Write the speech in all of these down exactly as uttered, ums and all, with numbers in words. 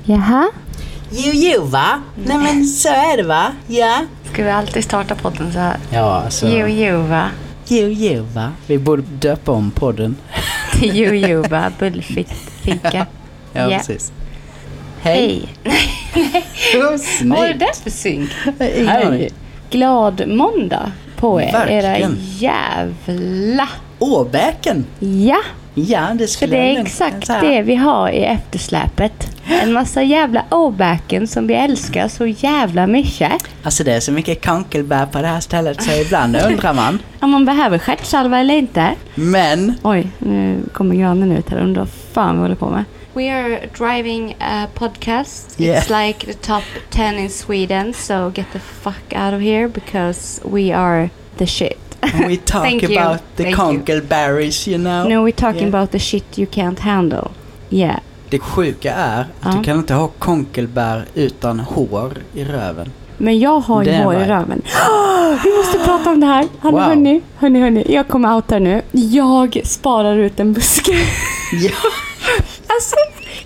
Jaha? Jo, jo, va? Nej, men så är det, va? Ja. Ska vi alltid starta podden så här? Ja, alltså... Jo, jo, va? Jo, jo, va? Vi borde döpa om podden. Till jo, jo, va? Bullfit-fika. Ja, ja, precis. Hej. Hej. Vad är det för synk? Hej. Glad måndag på er. Verkligen. Era jävla... Åbäken. Ja. Ja, det För skulle det är jag exakt säga. det vi har i eftersläpet. En massa jävla åbäken som vi älskar så jävla mycket. Alltså det är så mycket kankelbär på det här stället så ibland undrar man. Om man behöver stjärtsalva eller inte. Men... Oj, nu kommer grannen ut här och undrar vad fan vi håller på med. We are driving a podcast. Yeah. It's like the top ten in Sweden. So get the fuck out of here because we are the shit. And we talk Thank you. about the Thank conkelberries, you know. No, we're talking Yeah. about the shit you can't handle. Yeah. Det sjuka är att Ja. du kan inte ha konkelbär utan hår i röven. Men jag har ju Det är hår i right. röven. Oh, vi måste prata om det här. Hörni, Wow. hörni, hörni, hörni. Jag kommer out här nu. Jag sparar ut en buske. Ja. Alltså,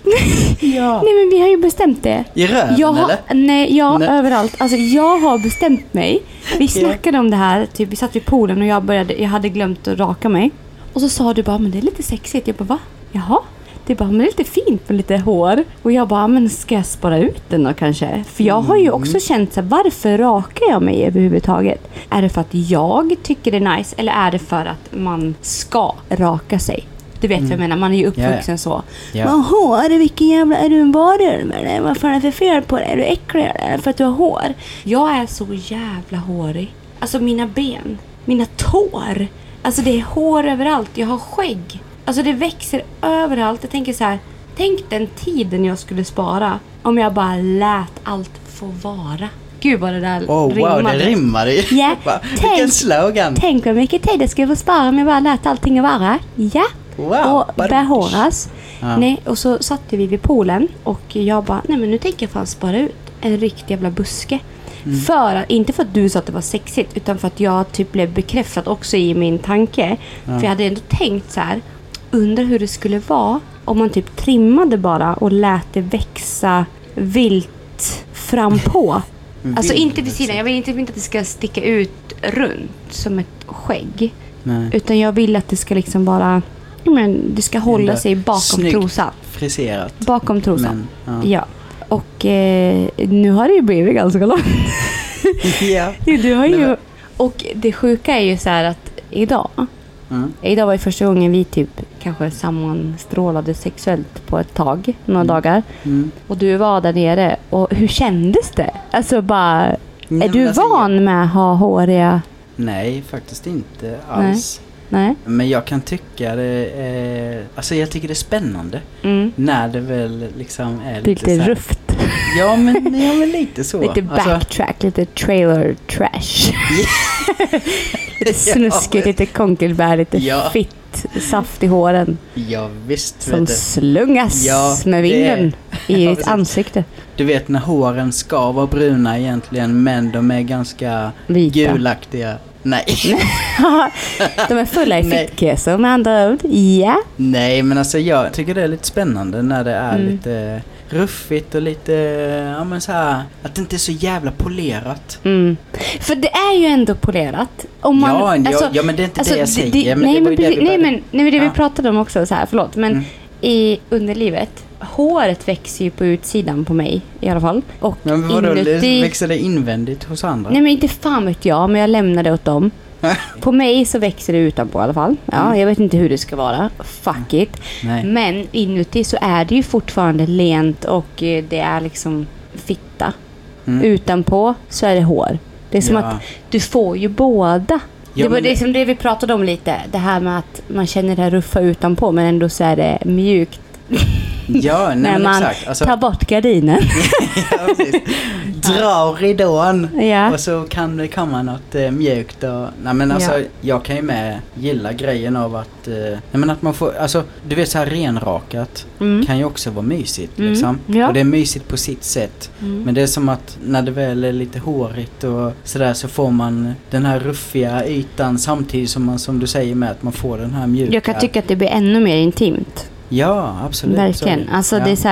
Ja. nej men vi har ju bestämt det. I röven, Jag har, eller? nej, ja, Nej. överallt. Alltså jag har bestämt mig. Vi snackade om det här, typ vi satt vid poolen och jag började, jag hade glömt att raka mig. Och så sa du bara, men det är lite sexigt. Jag bara, va? Jaha? Det är bara, men det är lite fint med lite hår. Och jag bara, men ska jag spara ut den då kanske? För jag har ju också känt så här, varför rakar jag mig överhuvudtaget? Är det för att jag tycker det är nice? Eller är det för att man ska raka sig? Du vet vad jag menar, man är ju uppvuxen Ja, ja. så. Ja. Vad hår, vilken jävla, är du en varulv eller? Vad fan är det för fel på dig? Är du äcklig eller? För att du har hår. Jag är så jävla hårig. Alltså mina ben, mina tår. Alltså det är hår överallt, jag har skägg. Alltså det växer överallt. Jag tänker så här, tänk den tiden jag skulle spara om jag bara lät allt få vara. Gud vad det där Oh, rimmade. wow, det rimmade ju. Ja, Bara, tänk- vilken slogan. Tänk vad mycket tid jag skulle få spara om jag bara lät allting vara. Ja. Wow. Och bara- behåras. Ja. Nej, och så satte vi vid poolen och jag bara, nej men nu tänker jag fan spara ut en riktig jävla buske. Mm. För att, inte för att du sa att det var sexigt, utan för att jag typ blev bekräftad också i min tanke. Ja. För jag hade ändå tänkt så här, undrar hur det skulle vara om man typ trimmade bara och lät det växa vilt fram på. Alltså Vill, inte vid sidan, jag vill inte, inte att det ska sticka ut runt som ett skägg. Nej. Utan jag vill att det ska liksom vara, ja, men det ska hålla Ändå sig bakom snyggt trosan. friserat. Bakom trosan. Men, Ja. Och eh, nu har det ju blivit ganska långt. ja. Du har ju... Men- Och det sjuka är ju så här att idag, Mm. idag var ju första gången vi typ kanske sammanstrålade sexuellt på ett tag, några Mm. dagar. Mm. Och du var där nere. Och hur kändes det? Alltså bara, Nej, är men du alltså, van med att ha håriga... Nej, faktiskt inte alls. Nej? Men jag kan tycka det är... Alltså jag tycker det är spännande. Mm. När det väl liksom är lite, Lite så här- rufft. Ja men, ja, men lite så. Lite Alltså, backtrack, lite trailer trash. Lite snuskigt, lite konkelbär, lite Ja. fitt, saft i håren. ja visst. Som Vet du. slungas Ja, med det är- vinden i Ja, ditt precis. ansikte. Du vet när håren ska vara bruna egentligen, men de är ganska Vita. gulaktiga. Nej. De är fulla i Nej. fittkeso med andra ord. Ja. Nej, men alltså jag tycker det är lite spännande när det är Mm. lite ruffigt och lite, ja men så här, att det inte är så jävla polerat. Mm. För det är ju ändå polerat. Om man, ja, alltså, ja, ja, men det är inte alltså, det jag det- säger. det- men nej, det var men ju det precis, vi nej, började- men nej, det vi Ja. pratade om också, så här, förlåt. Men Mm. i underlivet, håret växer ju på utsidan på mig i alla fall. Och Men vadå, det inuti... växer det invändigt hos andra? Nej men inte fan vet jag, men jag lämnar det åt dem. På mig så växer det utanpå i alla fall. Ja, Mm. jag vet inte hur det ska vara. Fuck it. Nej. Men inuti så är det ju fortfarande lent och eh, det är liksom fitta. Mm. Utanpå så är det hår. Det är som Ja. att du får ju båda. Ja, det var men- det som det vi pratade om lite. Det här med att man känner det här ruffa utanpå men ändå så är det mjukt Ja, nej, när men man exakt. Alltså, tar bort gardinen. ja, precis. Dra ridån Ja. och så kan det komma något eh, mjukt och, nej men alltså Ja. jag kan ju med gilla grejen av att eh, nej men att man får, alltså du vet så här renrakat Mm. kan ju också vara mysigt Mm, liksom. ja. Och det är mysigt på sitt sätt. Mm. Men det är som att när det väl är lite hårigt och sådär så får man den här ruffiga ytan samtidigt som man, som du säger med att man får den här mjuka. Jag kan tycka att det blir ännu mer intimt. Ja, absolut. Verkligen. Så, Alltså ja. det är så här,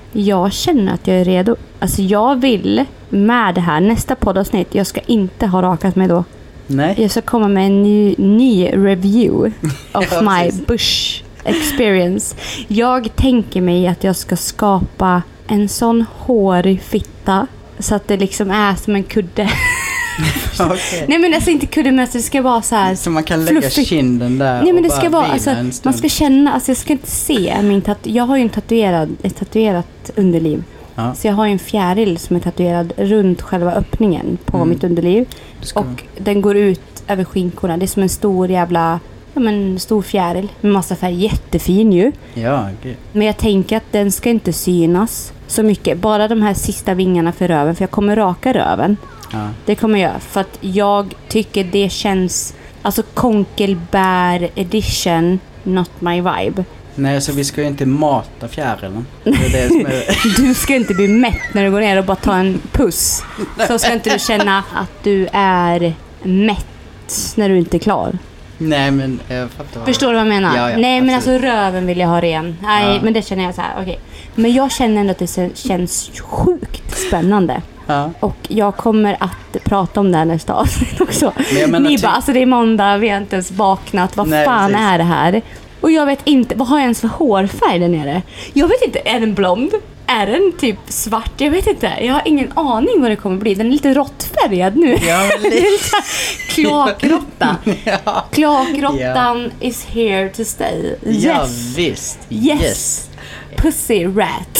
Jag känner att jag är redo. Alltså jag vill med det här nästa poddavsnitt, jag ska inte ha rakat mig då. Nej. Jag ska komma med en ny, ny review of Ja, my precis. bush experience. Jag tänker mig att jag ska skapa en sån hårig fitta så att det liksom är som en kudde. Okay. Nej men alltså inte kudde, men alltså det ska vara så här. Så man kan lägga fluffigt. kinden där. Nej men och det ska bara vara alltså, vila en stund. man ska känna, alltså jag ska inte se min tat- jag har ju en tatuerad, ett tatuerat underliv. Ja. Så jag har ju en fjäril som är tatuerad runt själva öppningen på Mm. mitt underliv. Det ska- Och den går ut över skinkorna. Det är som en stor jävla, ja men stor fjäril med massa färg. Jättefin ju. Ja, gud. Men jag tänker att den ska inte synas så mycket. Bara de här sista vingarna för röven. För jag kommer raka röven. Ja. Det kommer jag göra. För att jag tycker det känns, alltså konkelbär edition, not my vibe. Nej, så vi ska ju inte mata fjärilen. Det är det som är... Du ska inte bli mätt när du går ner och bara ta en puss. Så ska inte du känna att du är mätt när du inte är klar. Nej, men jag fattar. Förstår du vad jag menar? Ja, ja, Nej, men absolut. alltså röven vill jag ha ren. Nej, Ja. men det känner jag så här, okej. Men jag känner ändå att det sen- känns sjukt spännande. Ja. Och jag kommer att prata om det här nästa avsnitt också. Men jag menar Ni typ- bara, alltså det är måndag, vi har inte ens vaknat. Vad Nej, fan precis. är det här? Och jag vet inte, vad har jag ens för hårfärg där nere? Jag vet inte, är den blond? Är den typ svart? Jag vet inte. Jag har ingen aning vad det kommer bli. Den är lite råttfärgad nu. Ja, men Det är lite kloakråtta. Ja. Kloakrottan is here to stay. Yes. Ja, visst. Yes. Pussy rat.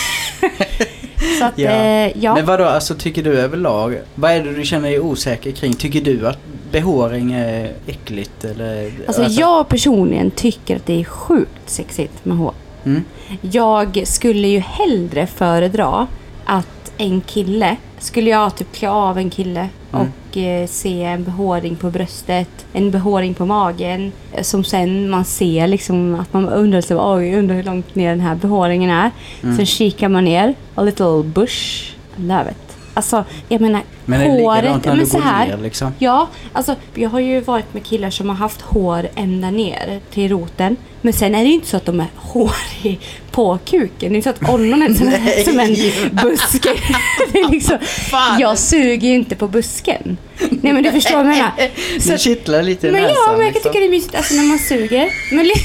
Så att, Ja. eh, ja. Men vadå, alltså tycker du överlag, vad är det du känner dig osäker kring? Tycker du att behåring är äckligt? Eller, Alltså jag personligen tycker att det är sjukt sexigt med hår. Mm? Jag skulle ju hellre föredra att en kille, skulle jag typ klä av en kille Mm. och eh, se en behåring på bröstet, en behåring på magen, eh, som sen man ser liksom att man undrar, så, oj, undrar hur långt ner den här behåringen är. Mm. Sen kikar man ner, a little bush, love it. Alltså, jag menar, Men är det håret, likadant när men du så går här, ner liksom? ja, alltså jag har ju varit med killar som har haft hår ända ner till roten. Men sen är det ju inte så att de är hårig på kuken. Det är så att ollonen är som, Nej. som en buske. Det är liksom, Fan. jag suger ju inte på busken. Nej men du förstår vad jag menar. Så Det att- kittlar lite i men näsan. ja, men jag kan liksom. tycka det är mysigt alltså, när man suger. Men li-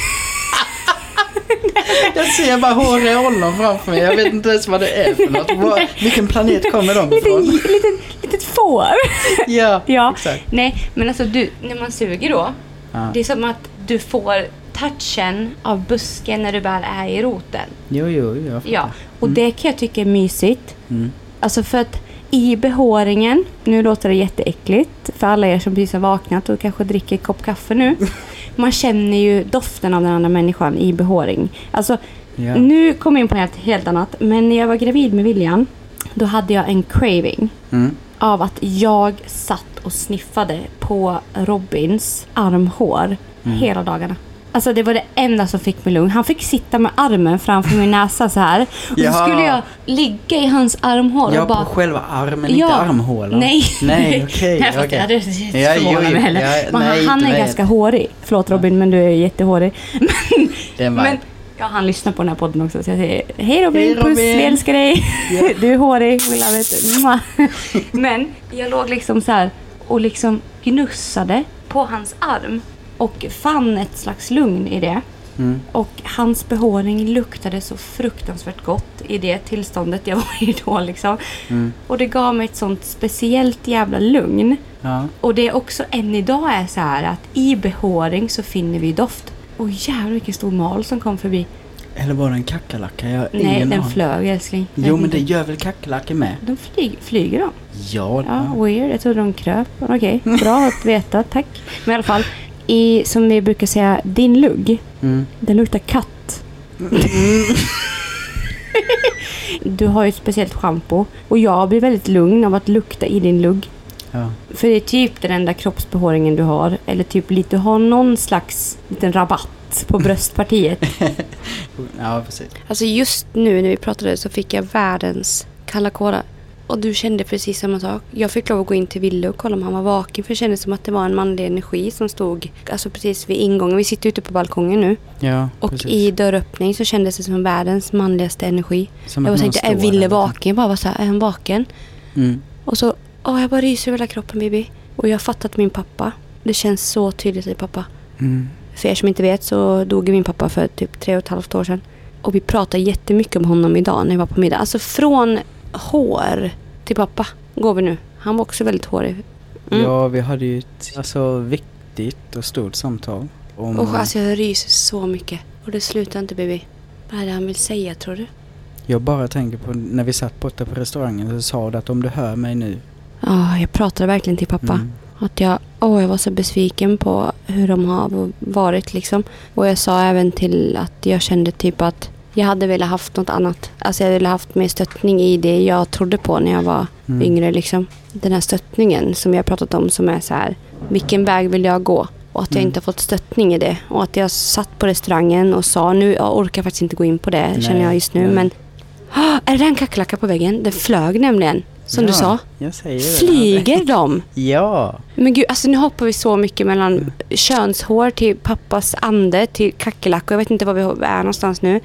Jag ser bara håriga ollon framför mig. Jag vet inte ens vad det är för något. Var, vilken planet kommer de ifrån? liten, liten, litet får. Ja, Ja, exakt. nej men alltså du, när man suger då. Ja. Det är som att du får touchen av busken när du väl är i roten. Jo, jo, jo. jag fattar. Ja, och det kan jag tycka är mysigt. Mm. Alltså för att i behåringen, nu låter det jätteäckligt för alla er som precis har vaknat och kanske dricker en kopp kaffe nu. Man känner ju doften av den andra människan i behåring. Alltså, Ja. nu kommer jag in på något helt annat. Men när jag var gravid med William, då hade jag en craving Mm. av att jag satt och sniffade på Robins armhår Mm. hela dagarna. Alltså det var det enda som fick mig lugn. Han fick sitta med armen framför min näsa så här. Och Ja. så skulle jag ligga i hans armhår Ja, och bara... på själva armen, Ja. inte armhålan. Nej. Nej, okej. Nej, för okej. att det hade Ja, jo, förvånat jo. mig heller. Ja, Men nej, han, han inte är mig. ganska hårig. Förlåt Robin, men du är jättehårig. Men, Det är en men vibe. ja, han lyssnar på den här podden också. Så jag säger, hej Robin, Hej, puss, Robin. vi älskar dig. Ja. Du är hårig, we love it. Mwah. Men jag låg liksom så här och liksom gnussade på hans arm. Och fann ett slags lugn i det. Mm. Och hans behåring luktade så fruktansvärt gott i det tillståndet jag var i då liksom. Mm. Och det gav mig ett sånt speciellt jävla lugn. Ja. Och det är också än idag är så här att i behåring så finner vi doft. Och jävlar vilken stor mal som kom förbi. Eller var det en kackerlacka? Jag har Nej, ingen den aning. flög älskling. Jag Jo, vet men det inte. gör väl kackerlackor med? De flyg, flyger de? Ja, Ja, ja. weird. Jag trodde de kröp. Okej, bra att veta. Tack. Men i alla fall, i, som vi brukar säga, din lugg, Mm. den luktar katt. Du har ju ett speciellt shampoo. Och jag blir väldigt lugn av att lukta i din lugg. Ja. För det är typ den enda kroppsbehåringen du har. Eller typ lite, du har någon slags liten rabatt på bröstpartiet. Ja, precis. Alltså just nu när vi pratade så fick jag världens kalla kårar. Och du kände precis samma sak. Jag fick lov att gå in till Ville och kolla om han var vaken. För det kändes som att det var en manlig energi som stod alltså precis vid ingången. Vi sitter ute på balkongen nu. Ja, och precis. i dörröppning så kändes det som världens manligaste energi. Som jag att bara någon tänkte, är står Ville där. vaken? Jag bara var så här, är han vaken? Mm. Och så, åh jag bara ryser över hela kroppen, Bibi. Och jag har fattat min pappa. Det känns så tydligt i pappa. Mm. För er som inte vet så dog min pappa för typ tre och ett halvt år sedan. Och vi pratade jättemycket om honom idag när vi var på middag. Alltså från hår till pappa går vi nu. Han var också väldigt hårig. Mm. Ja, vi hade ju ett alltså, viktigt och stort samtal. Om... Och alltså jag ryser så mycket. Och det slutar inte, Bibi. Vad är det han vill säga, tror du? Jag bara tänker på när vi satt borta på restaurangen så sa du att om du hör mig nu. Ja, jag pratade verkligen till pappa. Mm. Att jag, åh, jag var så besviken på hur de har varit liksom. Och jag sa även till att jag kände typ att jag hade velat haft något annat. Alltså jag hade velat haft mer stöttning i det jag trodde på när jag var Mm. yngre liksom. Den här stöttningen som jag har pratat om som är så här, vilken väg vill jag gå? Och att jag Mm. inte har fått stöttning i det. Och att jag satt på restaurangen och sa, nu jag orkar faktiskt inte gå in på det, Nej, känner jag just nu. nej. Men, oh, är det en kackerlacka på väggen? Den flög nämligen, som Ja, du sa. Jag säger det. Flyger de? Ja. Men gud, alltså nu hoppar vi så mycket mellan mm. könshår till pappas ande till kackerlackor. Jag vet inte var vi är någonstans nu.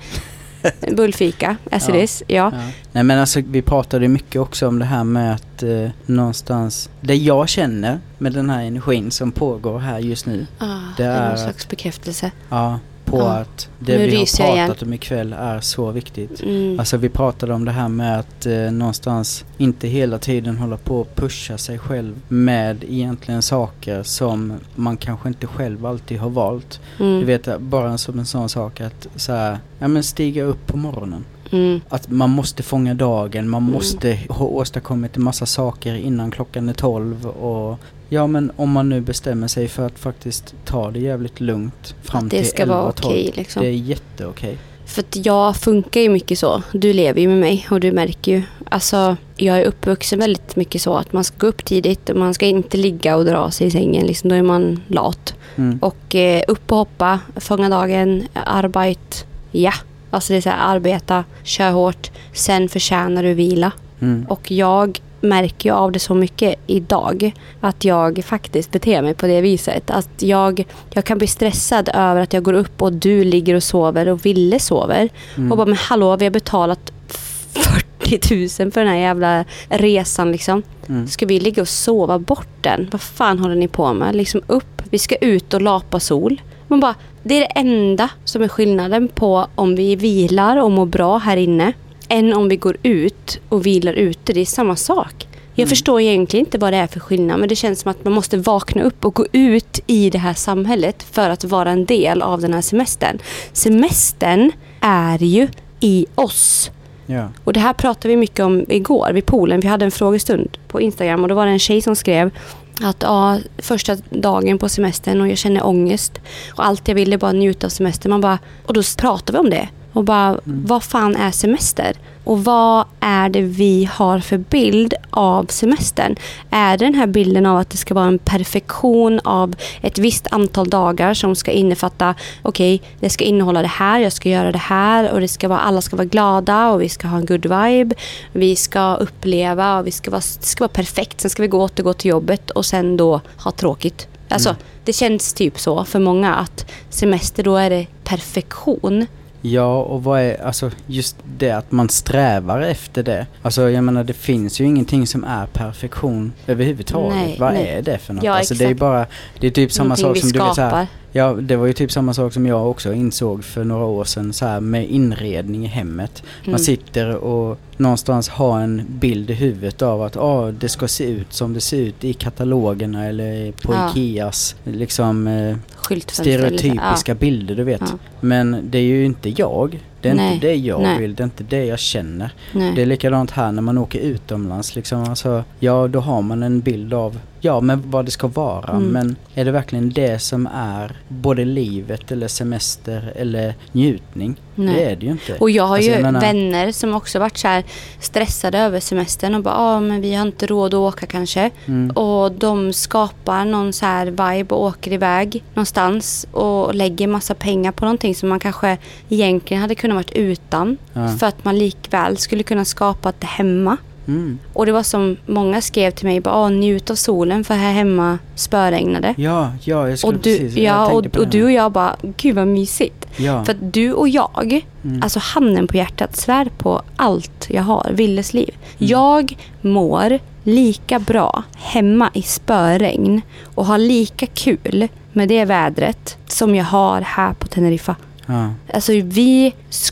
Bullfika, as it is. Ja. Ja. Nej men alltså vi pratade ju mycket också om det här med att eh, någonstans, det jag känner med den här energin som pågår här just nu. Ah, det det är är någon slags bekräftelse. Ja, på Ja. att det Nu vi har ryser jag pratat igen. om ikväll är så viktigt. Mm. Alltså vi pratade om det här med att eh, någonstans inte hela tiden hålla på och pusha sig själv med egentligen saker som man kanske inte själv alltid har valt. Mm. Du vet, bara som en sån sak att så här, ja men stiga upp på morgonen. Mm. Att man måste fånga dagen, man Mm. måste ha åstadkommit en massa saker innan klockan är tolv och ja men om man nu bestämmer sig för att faktiskt ta det jävligt lugnt fram Att det till ska elva vara tolv. okej liksom. Det är jätteokej. För att jag funkar ju mycket så. Du lever ju med mig och du märker ju. Alltså, jag är uppvuxen väldigt mycket så att man ska gå upp tidigt och man ska inte ligga och dra sig i sängen. Liksom, då är man lat. Mm. Och eh, upp och hoppa, fånga dagen, arbete, ja. Alltså det är så här, arbeta, kör hårt, sen förtjänar du vila. Mm. Och jag märker ju av det så mycket idag att jag faktiskt beter mig på det viset. Att jag, jag kan bli stressad över att jag går upp och du ligger och sover och Ville sover. Mm. Och bara, men hallå, vi har betalat fyrtio tusen för den här jävla resan liksom. Mm. Ska vi ligga och sova bort den? Vad fan håller ni på med? Liksom upp, vi ska ut och lapa sol. Man bara, det är det enda som är skillnaden på om vi vilar och mår bra här inne än om vi går ut och vilar ute. Det är samma sak. Jag Mm. förstår egentligen inte vad det är för skillnad, men det känns som att man måste vakna upp och gå ut i det här samhället för att vara en del av den här semestern. Semestern är ju i oss. Ja. Och det här pratade vi mycket om igår vid poolen. Vi hade en frågestund på Instagram och då var det en tjej som skrev att ja, första dagen på semestern och jag känner ångest och allt jag ville bara njuta av semestern. Man bara, och då pratade vi om det. Och bara, mm. vad fan är semester? Och vad är det vi har för bild av semestern? Är det den här bilden av att det ska vara en perfektion av ett visst antal dagar som ska innefatta, okej, okay, det ska innehålla det här, jag ska göra det här och det ska vara, alla ska vara glada och vi ska ha en good vibe, vi ska uppleva och vi ska vara, det ska vara perfekt, sen ska vi gå återgå till jobbet och sen då ha tråkigt. Alltså, mm. det känns typ så för många att semester då är det perfektion. Ja, och vad är, alltså just det att man strävar efter det. Alltså jag menar, det finns ju ingenting som är perfektion överhuvudtaget. Nej, vad nej. är det för något? Ja, alltså det är bara, det är typ samma någonting sak som vi du vet så här. skapar. Ja, det var ju typ samma sak som jag också insåg för några år sedan så här med inredning i hemmet. Mm. Man sitter och någonstans har en bild i huvudet av att ah, det ska se ut som det ser ut i katalogerna eller på Ja. Ikeas liksom eh, Skyltfönster, stereotypiska ja. bilder, du vet. Ja. Men det är ju inte jag. Det är Nej. inte det jag Nej. vill, det är inte det jag känner. Nej. Det är likadant här när man åker utomlands liksom, alltså, ja då har man en bild av ja men vad det ska vara, Mm. men är det verkligen det som är både livet eller semester eller njutning? Nej. Det är det ju inte. Och jag har Alltså, ju jag menar- vänner som också varit så här stressade över semestern och bara, ja ah, men vi har inte råd att åka kanske. Mm. Och de skapar någon så här vibe och åker iväg någonstans och lägger massa pengar på någonting som man kanske egentligen hade kunnat varit utan. Ja. För att man likväl skulle kunna skapa det hemma. Mm. Och det var som många skrev till mig, bara njut av solen för här hemma spöregnade. Ja, ja, jag skulle och du, precis. Jag ja, och, på och du och jag bara, gud vad mysigt. Ja. För att du och jag, Mm. alltså handen på hjärtat, svär på allt jag har, Willes liv. Mm. Jag mår lika bra hemma i spöregn och har lika kul med det vädret som jag har här på Teneriffa. Ja. Alltså vi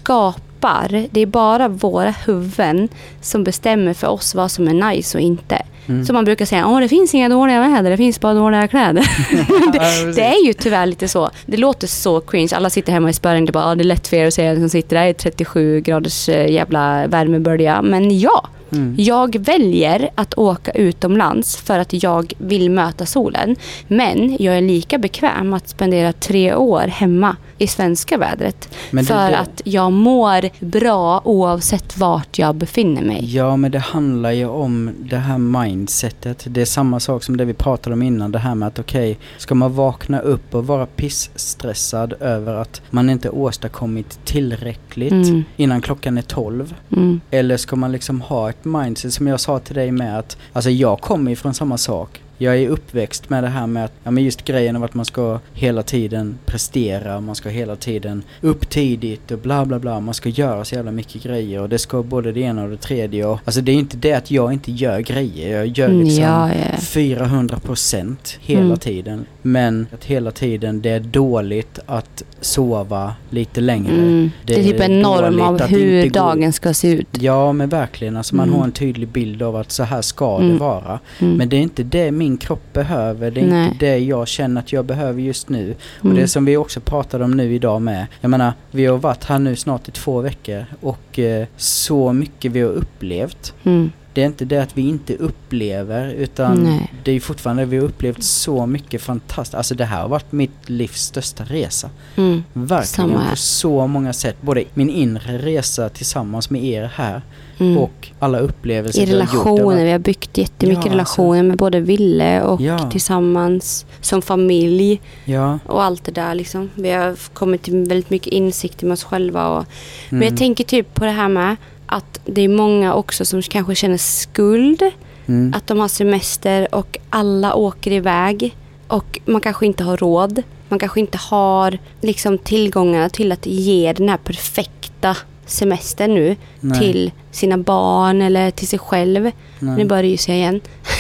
skapar, det är bara våra huvuden som bestämmer för oss vad som är nice och inte. Mm. Så man brukar säga, åh det finns inga dåliga väder, det finns bara dåliga kläder. det, det är ju tyvärr lite så. Det låter så cringe, alla sitter hemma i spöregn, det är bara, det är lätt för er att säga som sitter där i trettiosju graders jävla värmebölja. Men ja, Mm. jag väljer att åka utomlands för att jag vill möta solen. Men jag är lika bekväm att spendera tre år hemma i svenska vädret. Men det, för det... att jag mår bra oavsett vart jag befinner mig. Ja, men det handlar ju om det här mindsetet. Det är samma sak som det vi pratade om innan. Det här med att okej, okay, ska man vakna upp och vara pissstressad över att man inte åstadkommit tillräckligt mm. innan klockan är tolv. Mm. Eller ska man liksom ha ett mindset som jag sa till dig med att alltså jag kommer ifrån samma sak. Jag är uppväxt med det här med att ja, men just grejen av att man ska hela tiden prestera, man ska hela tiden upp tidigt och bla bla bla, man ska göra så jävla mycket grejer och det ska både det ena och det tredje och, alltså det är inte det att jag inte gör grejer, jag gör liksom ja, ja. fyrahundra procent hela mm. tiden, men att hela tiden det är dåligt att sova lite längre. Mm. Det, det är typ en norm av hur dagen ska se ut. Ja, men verkligen, alltså man mm. har en tydlig bild av att så här ska mm. det vara, mm. men det är inte det min kropp behöver, det är Nej. inte det jag känner att jag behöver just nu. Mm. Och det som vi också pratade om nu idag med, jag menar, vi har varit här nu snart i två veckor och eh, så mycket vi har upplevt. Mm. Det är inte det att vi inte upplever, utan Nej. det är fortfarande vi har upplevt så mycket fantastiskt. Alltså det här har varit mitt livs största resa. Mm. Verkligen på så många sätt. Både min inre resa tillsammans med er här mm. och alla upplevelser i relationer. Vi har byggt jättemycket ja, relationer alltså. med både Ville och ja. tillsammans som familj ja. och allt det där liksom. Vi har kommit till väldigt mycket insikt i oss själva. Och, mm. Men jag tänker typ på det här med att det är många också som kanske känner skuld. Mm. Att de har semester och alla åker iväg. Och man kanske inte har råd. Man kanske inte har liksom tillgångarna till att ge den här perfekta semester nu. Nej. Till sina barn eller till sig själv. Nej. Nu börjar det ju säga igen.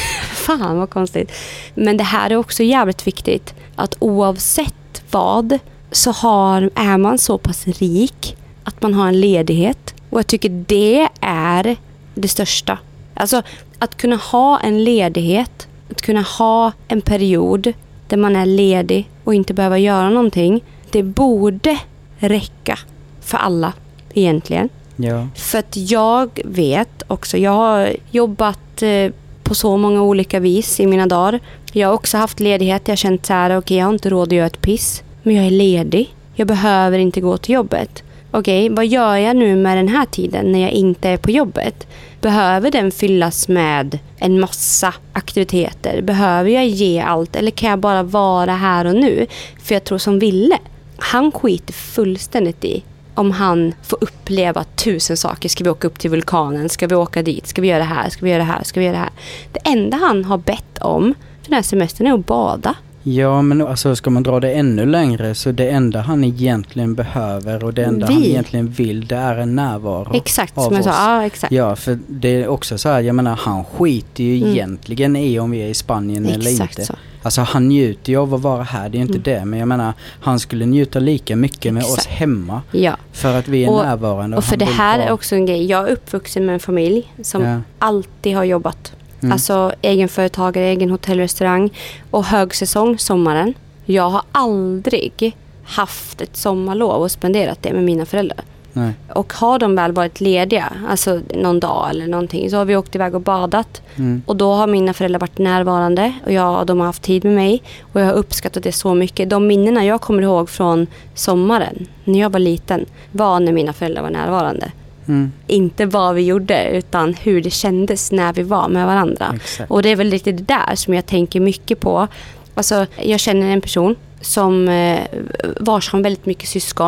Fan vad konstigt. Men det här är också jävligt viktigt. Att oavsett vad så har, är man så pass rik att man har en ledighet. Och jag tycker det är det största. Alltså att kunna ha en ledighet, att kunna ha en period där man är ledig och inte behöver göra någonting. Det borde räcka för alla egentligen. Ja. För att jag vet också, jag har jobbat eh, på så många olika vis i mina dagar. Jag har också haft ledighet, jag har känt så här, okej okay, jag har inte råd att göra ett piss. Men jag är ledig, jag behöver inte gå till jobbet. Okej, okay, vad gör jag nu med den här tiden när jag inte är på jobbet? Behöver den fyllas med en massa aktiviteter? Behöver jag ge allt? Eller kan jag bara vara här och nu? För jag tror som Ville, han skiter fullständigt i om han får uppleva tusen saker. Ska vi åka upp till vulkanen? Ska vi åka dit? Ska vi göra det här? Ska vi göra det här? Ska vi göra det här? Det enda han har bett om för den här semestern är att bada. Ja, men alltså ska man dra det ännu längre så det enda han egentligen behöver och det enda Vi. han egentligen vill, det är en närvaro. Exakt, som jag sa. Ja, exakt. Ja, för det är också så här, jag menar, han skiter ju mm. egentligen i om vi är i Spanien exakt eller inte. Så. Alltså han njuter ju av att vara här, det är inte mm. det. Men jag menar, han skulle njuta lika mycket med exakt. oss hemma. Ja. För att vi är och, närvarande. Och, och för det här är också en grej. Jag är uppvuxen med en familj som ja. alltid har jobbat. Mm. Alltså egenföretagare, egen hotellrestaurang och högsäsong sommaren. Jag har aldrig haft ett sommarlov och spenderat det med mina föräldrar. Nej. Och har de väl varit lediga, alltså någon dag eller någonting, så har vi åkt iväg och badat. Mm. Och då har mina föräldrar varit närvarande och jag, de har haft tid med mig. Och jag har uppskattat det så mycket. De minnena jag kommer ihåg från sommaren, när jag var liten, var när mina föräldrar var närvarande. Mm. Inte vad vi gjorde utan hur det kändes när vi var med varandra. Exakt. Och det är väl lite det där som jag tänker mycket på. Alltså, jag känner en person som eh, vars har väldigt mycket syskon.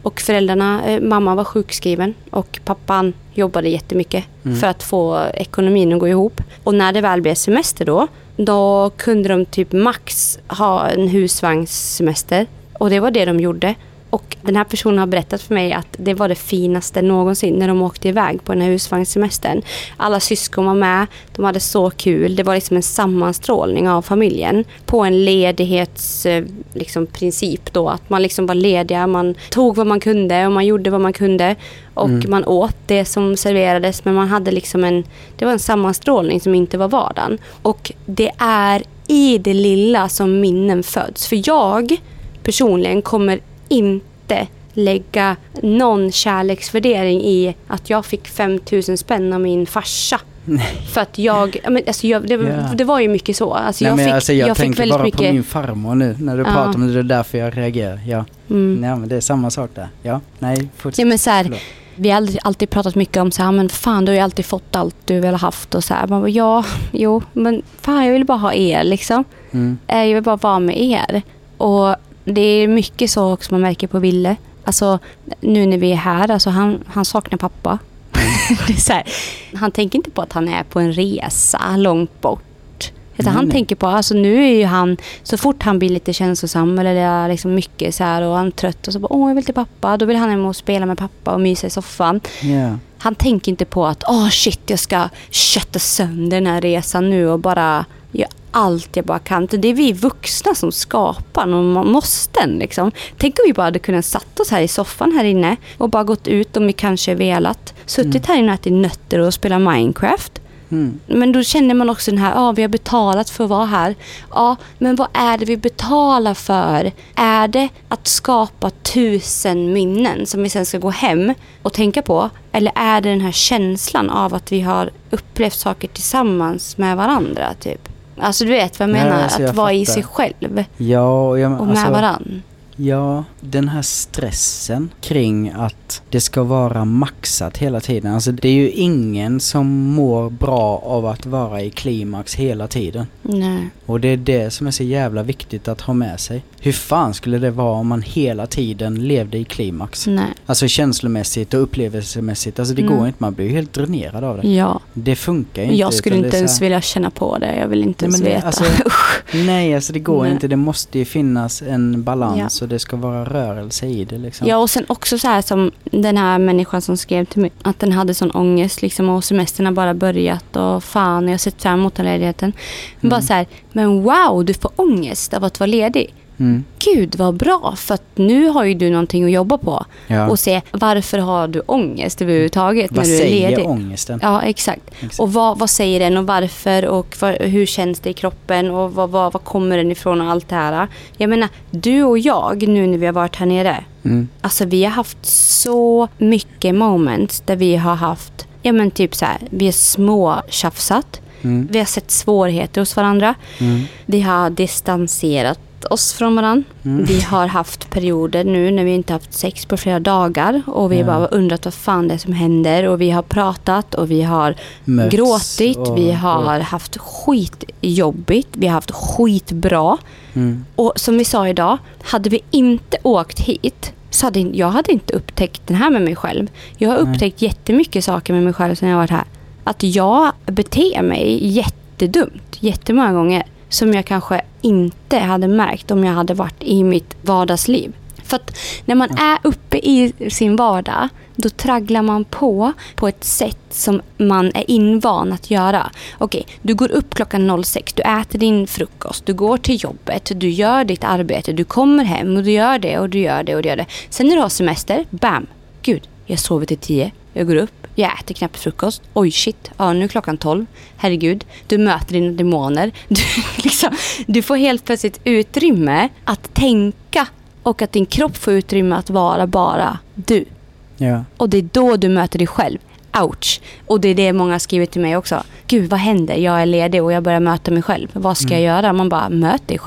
Och föräldrarna, eh, mamma var sjukskriven och pappan jobbade jättemycket mm. för att få ekonomin att gå ihop. Och när det väl blev semester då, då kunde de typ max ha en husvagnssemester. Och det var det de gjorde. Och den här personen har berättat för mig att det var det finaste någonsin när de åkte iväg på den här husvagnssemestern. Alla syskon var med, de hade så kul. Det var liksom en sammanstrålning av familjen på en ledighets liksom, princip då. Att man liksom var lediga, man tog vad man kunde och man gjorde vad man kunde. Och mm. man åt det som serverades, men man hade liksom en, det var en sammanstrålning som inte var vardagen. Och det är i det lilla som minnen föds. För jag personligen kommer inte lägga någon kärleksvärdering i att jag fick fem tusen spänn av min farsa. Nej. För att jag, alltså jag det, yeah. det var ju mycket så. Alltså Nej, jag, men fick, alltså jag, jag tänker fick bara mycket... på min farmor nu när du ja. pratar om det, det är därför jag reagerar. Ja. Mm. Nej, men det är samma sak där. Ja, nej, fortsätt. Ja, men så här, vi har alltid, alltid pratat mycket om så här, men fan, du har ju alltid fått allt du vill ha haft och så här. Man bara, ja, jo, men fan, jag vill bara ha er liksom. Mm. Jag vill bara vara med er. Och det är mycket så också man märker på Ville. Alltså nu när vi är här, alltså han, han saknar pappa. Det är så här, han tänker inte på att han är på en resa långt bort. Utan han nej. tänker på, alltså nu är ju han, så fort han blir lite känslosam eller det är liksom mycket så här och han är trött och så bara, åh jag vill till pappa. Då vill han hem och spela med pappa och mysa i soffan. Yeah. Han tänker inte på att, åh shit, jag ska kötta sönder den här resan nu och bara göra allt jag bara kan. Det är vi vuxna som skapar och man måste liksom. Tänk om vi bara hade kunnat satt oss här i soffan här inne och bara gått ut om vi kanske velat. Suttit mm. här inne och ätit nötter och spelat Minecraft. Mm. Men då känner man också den här, ja ah, vi har betalat för att vara här. Ja, men vad är det vi betalar för? Är det att skapa tusen minnen som vi sen ska gå hem och tänka på? Eller är det den här känslan av att vi har upplevt saker tillsammans med varandra typ? Alltså du vet vad jag menar, ja, alltså jag att vara fattar. i sig själv ja, och, jag, och med alltså, varann. Ja, den här stressen kring att det ska vara maxat hela tiden. Alltså det är ju ingen som mår bra av att vara i klimax hela tiden. Nej. Och det är det som är så jävla viktigt att ha med sig. Hur fan skulle det vara om man hela tiden levde i klimax? Nej. Alltså känslomässigt och upplevelsemässigt. Alltså det mm. går inte, man blir ju helt dränerad av det. Ja. Det funkar inte. Jag skulle inte ens här... vilja känna på det. Jag vill inte nej, ens veta. Alltså, nej, alltså det går nej. inte. Det måste ju finnas en balans. Ja. Och det ska vara rörelse i det liksom. Ja, och sen också så här som den här människan som skrev till mig att den hade sån ångest liksom och semestern har bara börjat och fan, jag har sett fram emot den ledigheten. Men mm. bara så här, men wow, du får ångest av att vara ledig. Mm. Gud vad bra, för att nu har ju du någonting att jobba på ja. och se varför har du ångest överhuvudtaget när vad du är ledig. Vad säger ångesten? Ja, exakt. exakt. Och vad, vad säger den och varför och för, hur känns det i kroppen och vad, vad, vad kommer den ifrån och allt det här. Jag menar, du och jag nu när vi har varit här nere, mm. alltså vi har haft så mycket moments där vi har haft, ja men typ så här, vi är små tjafsat. Mm. Vi har sett svårigheter hos varandra. Mm. Vi har distanserat oss från varandra. Mm. Vi har haft perioder nu när vi inte haft sex på flera dagar och vi ja. bara undrat vad fan det är som händer och vi har pratat och vi har Möts gråtit, och, vi har och. haft skitjobbigt, vi har haft skitbra. Mm. Och som vi sa idag, hade vi inte åkt hit så hade jag hade inte upptäckt den här med mig själv. Jag har upptäckt Nej. jättemycket saker med mig själv sen jag varit här. Att jag beter mig jättedumt, jättemånga gånger som jag kanske inte hade märkt om jag hade varit i mitt vardagsliv. För att när man är uppe i sin vardag, då tragglar man på på ett sätt som man är invan att göra. Okej, du går upp klockan sex, du äter din frukost, du går till jobbet, du gör ditt arbete, du kommer hem och du gör det och du gör det och du gör det. Sen när du har semester, bam, gud, jag sover till tio, jag går upp. Jag äter knappt frukost. Oj shit, ja, nu är klockan tolv. Herregud, du möter dina demoner. Du, liksom, du får helt plötsligt utrymme att tänka och att din kropp får utrymme att vara bara du. Ja. Och det är då du möter dig själv. Ouch. Och det är det många skriver till mig också. Gud, vad händer? Jag är ledig och jag börjar möta mig själv. Vad ska mm. jag göra? Man bara, möt dig själv.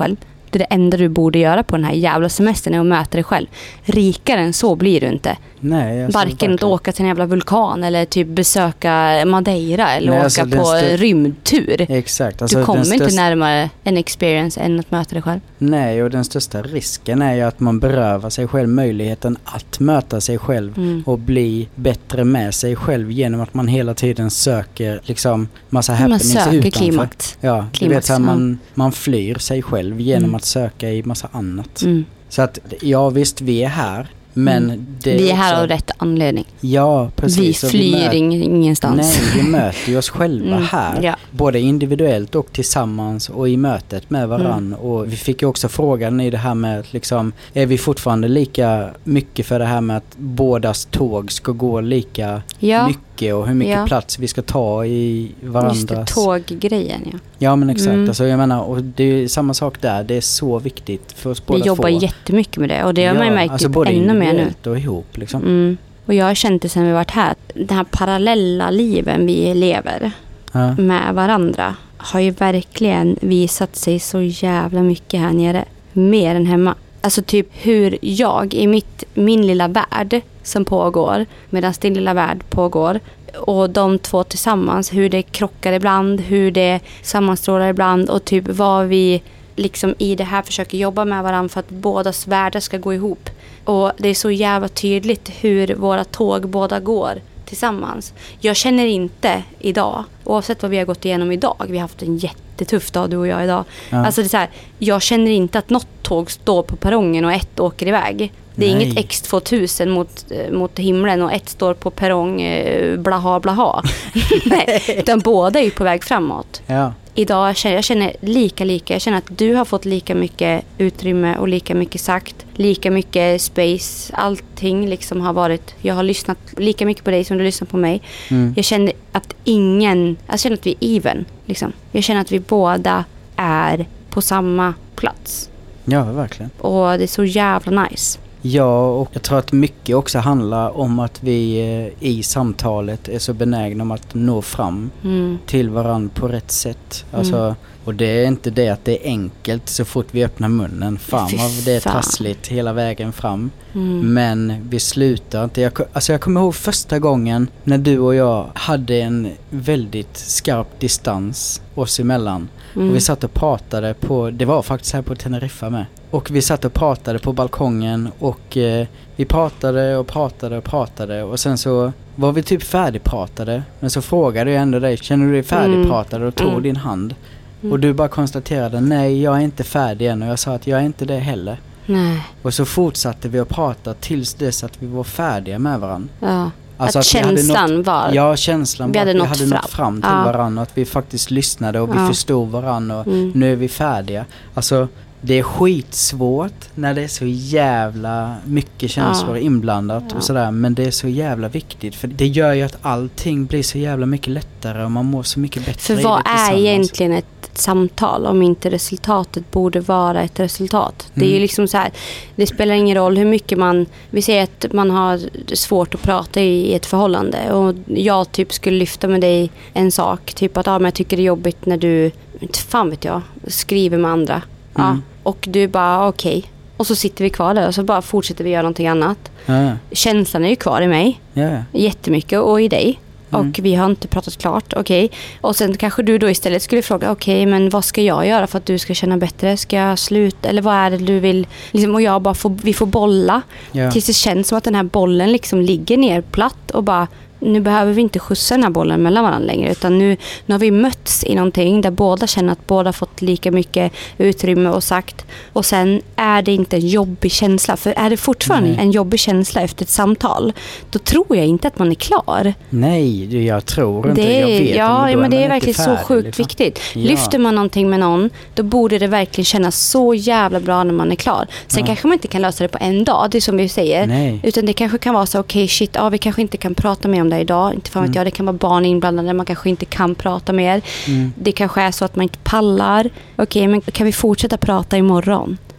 Det är det enda du borde göra på den här jävla semestern är att möta dig själv. Rikare än så blir du inte. Nej, alltså, varken att åka till en jävla vulkan eller typ besöka Madeira eller Nej, åka alltså, på st- rymdtur. Exakt. Alltså, du kommer största... inte närmare en experience än att möta dig själv. Nej, och den största risken är ju att man berövar sig själv möjligheten att möta sig själv mm. och bli bättre med sig själv genom att man hela tiden söker liksom massa happenings man söker utanför. Klimax. Ja, klimax, du vet så här, ja. man, man flyr sig själv genom mm. att söka i massa annat. Mm. Så att, ja visst, vi är här. Men mm. det vi är här också... av rätt anledning. Ja, precis. Vi flyr vi möter... ingenstans. Nej, vi möter oss själva mm. här. Ja. Både individuellt och tillsammans och i mötet med varann. Mm. Och vi fick ju också frågan i det här med liksom, är vi fortfarande lika mycket för det här med att bådas tåg ska gå lika ja. mycket och hur mycket ja. plats vi ska ta i varandras... Just det, tåggrejen, ja. Ja, men exakt. Mm. Alltså, jag menar, och det är samma sak där. Det är så viktigt för oss båda två. Vi jobbar jättemycket med det och det har ja, man märkt alltså typ både ännu mer nu. och ihop, liksom. Mm. Och jag har känt det sen vi varit här. Den här parallella liven vi lever ja. med varandra har ju verkligen visat sig så jävla mycket här nere. Mer än hemma. Alltså typ hur jag i mitt, min lilla värld som pågår medan din lilla värld pågår och de två tillsammans, hur det krockar ibland, hur det sammanstrålar ibland och typ vad vi liksom i det här försöker jobba med varandra för att bådas världar ska gå ihop. Och det är så jävla tydligt hur våra tåg båda går tillsammans. Jag känner inte idag, oavsett vad vi har gått igenom idag, vi har haft en jättetuff dag du och jag idag. Ja. Alltså det är så här, jag känner inte att något tåg står på perrongen och ett åker iväg. Det är Nej. inget X tvåtusen mot, mot himlen och ett står på perrong eh, blaha blaha. Nej, utan båda är ju på väg framåt. Ja. Idag känner jag känner lika lika. Jag känner att du har fått lika mycket utrymme och lika mycket sagt. Lika mycket space. Allting liksom har varit... Jag har lyssnat lika mycket på dig som du lyssnar på mig. Mm. Jag känner att ingen... Jag känner att vi är even. Liksom. Jag känner att vi båda är på samma plats. Ja, verkligen. Och det är så jävla nice. Ja, och jag tror att mycket också handlar om att vi eh, i samtalet är så benägna om att nå fram mm. till varandra på rätt sätt. Alltså, mm. och det är inte det att det är enkelt så fort vi öppnar munnen. Fan vad det är trassligt hela vägen fram. Mm. Men vi slutar inte. Jag, alltså jag kommer ihåg första gången när du och jag hade en väldigt skarp distans oss emellan. Mm. Och vi satt och pratade på, det var faktiskt här på Teneriffa med. Och vi satt och pratade på balkongen och eh, vi pratade och pratade och pratade och sen så var vi typ färdigpratade. Men så frågade jag ändå dig, känner du dig färdigpratade och tog mm. din hand. Mm. Och du bara konstaterade, nej jag är inte färdig än och jag sa att jag är inte det heller. Nej. Och så fortsatte vi att prata tills dess att vi var färdiga med varandra. Ja. Alltså att, att känslan nått, var... Ja, känslan vi var hade att vi nått hade fram. nått fram till ja. varandra. Att vi faktiskt lyssnade och ja. vi förstod varandra och mm. nu är vi färdiga. Alltså, det är skitsvårt när det är så jävla mycket känslor ja. inblandat ja. och sådär. Men det är så jävla viktigt. För det gör ju att allting blir så jävla mycket lättare och man mår så mycket bättre. För vad är egentligen ett samtal om inte resultatet borde vara ett resultat? Mm. Det är ju liksom så här, det spelar ingen roll hur mycket man, vi säger att man har svårt att prata i ett förhållande och jag typ skulle lyfta med dig en sak, typ att ah, men jag tycker det är jobbigt när du, fan vet jag, skriver med andra. Ja, mm. och du bara okej. Okay. Och så sitter vi kvar där och så bara fortsätter vi göra någonting annat. Ja. Känslan är ju kvar i mig. Ja. Jättemycket och i dig. Mm. Och vi har inte pratat klart, okej. Okay. Och sen kanske du då istället skulle fråga, okej, okay, men vad ska jag göra för att du ska känna bättre? Ska jag sluta? Eller vad är det du vill? Liksom, och jag bara får, vi får bolla. Ja. Tills det känns som att den här bollen liksom ligger ner platt och bara, nu behöver vi inte skjutsa den här bollen mellan varandra längre, utan nu, nu har vi mötts i någonting där båda känner att båda fått lika mycket utrymme och sagt, och sen är det inte en jobbig känsla, för är det fortfarande Nej. en jobbig känsla efter ett samtal, då tror jag inte att man är klar. Nej, jag tror inte, det är, jag vet ja, inte, men det är verkligen färdig, så sjukt liksom. viktigt. Ja. Lyfter man någonting med någon, då borde det verkligen kännas så jävla bra när man är klar. Sen ja. kanske man inte kan lösa det på en dag, det är som vi säger. Nej. Utan det kanske kan vara så, okej, okay, shit, ja, vi kanske inte kan prata mer om det idag. Inte fan vet jag, det kan vara barn inblandade, man kanske inte kan prata mer. Mm. Det kanske är så att man inte pallar. Okej, okay, men kan vi fortsätta prata imorgon?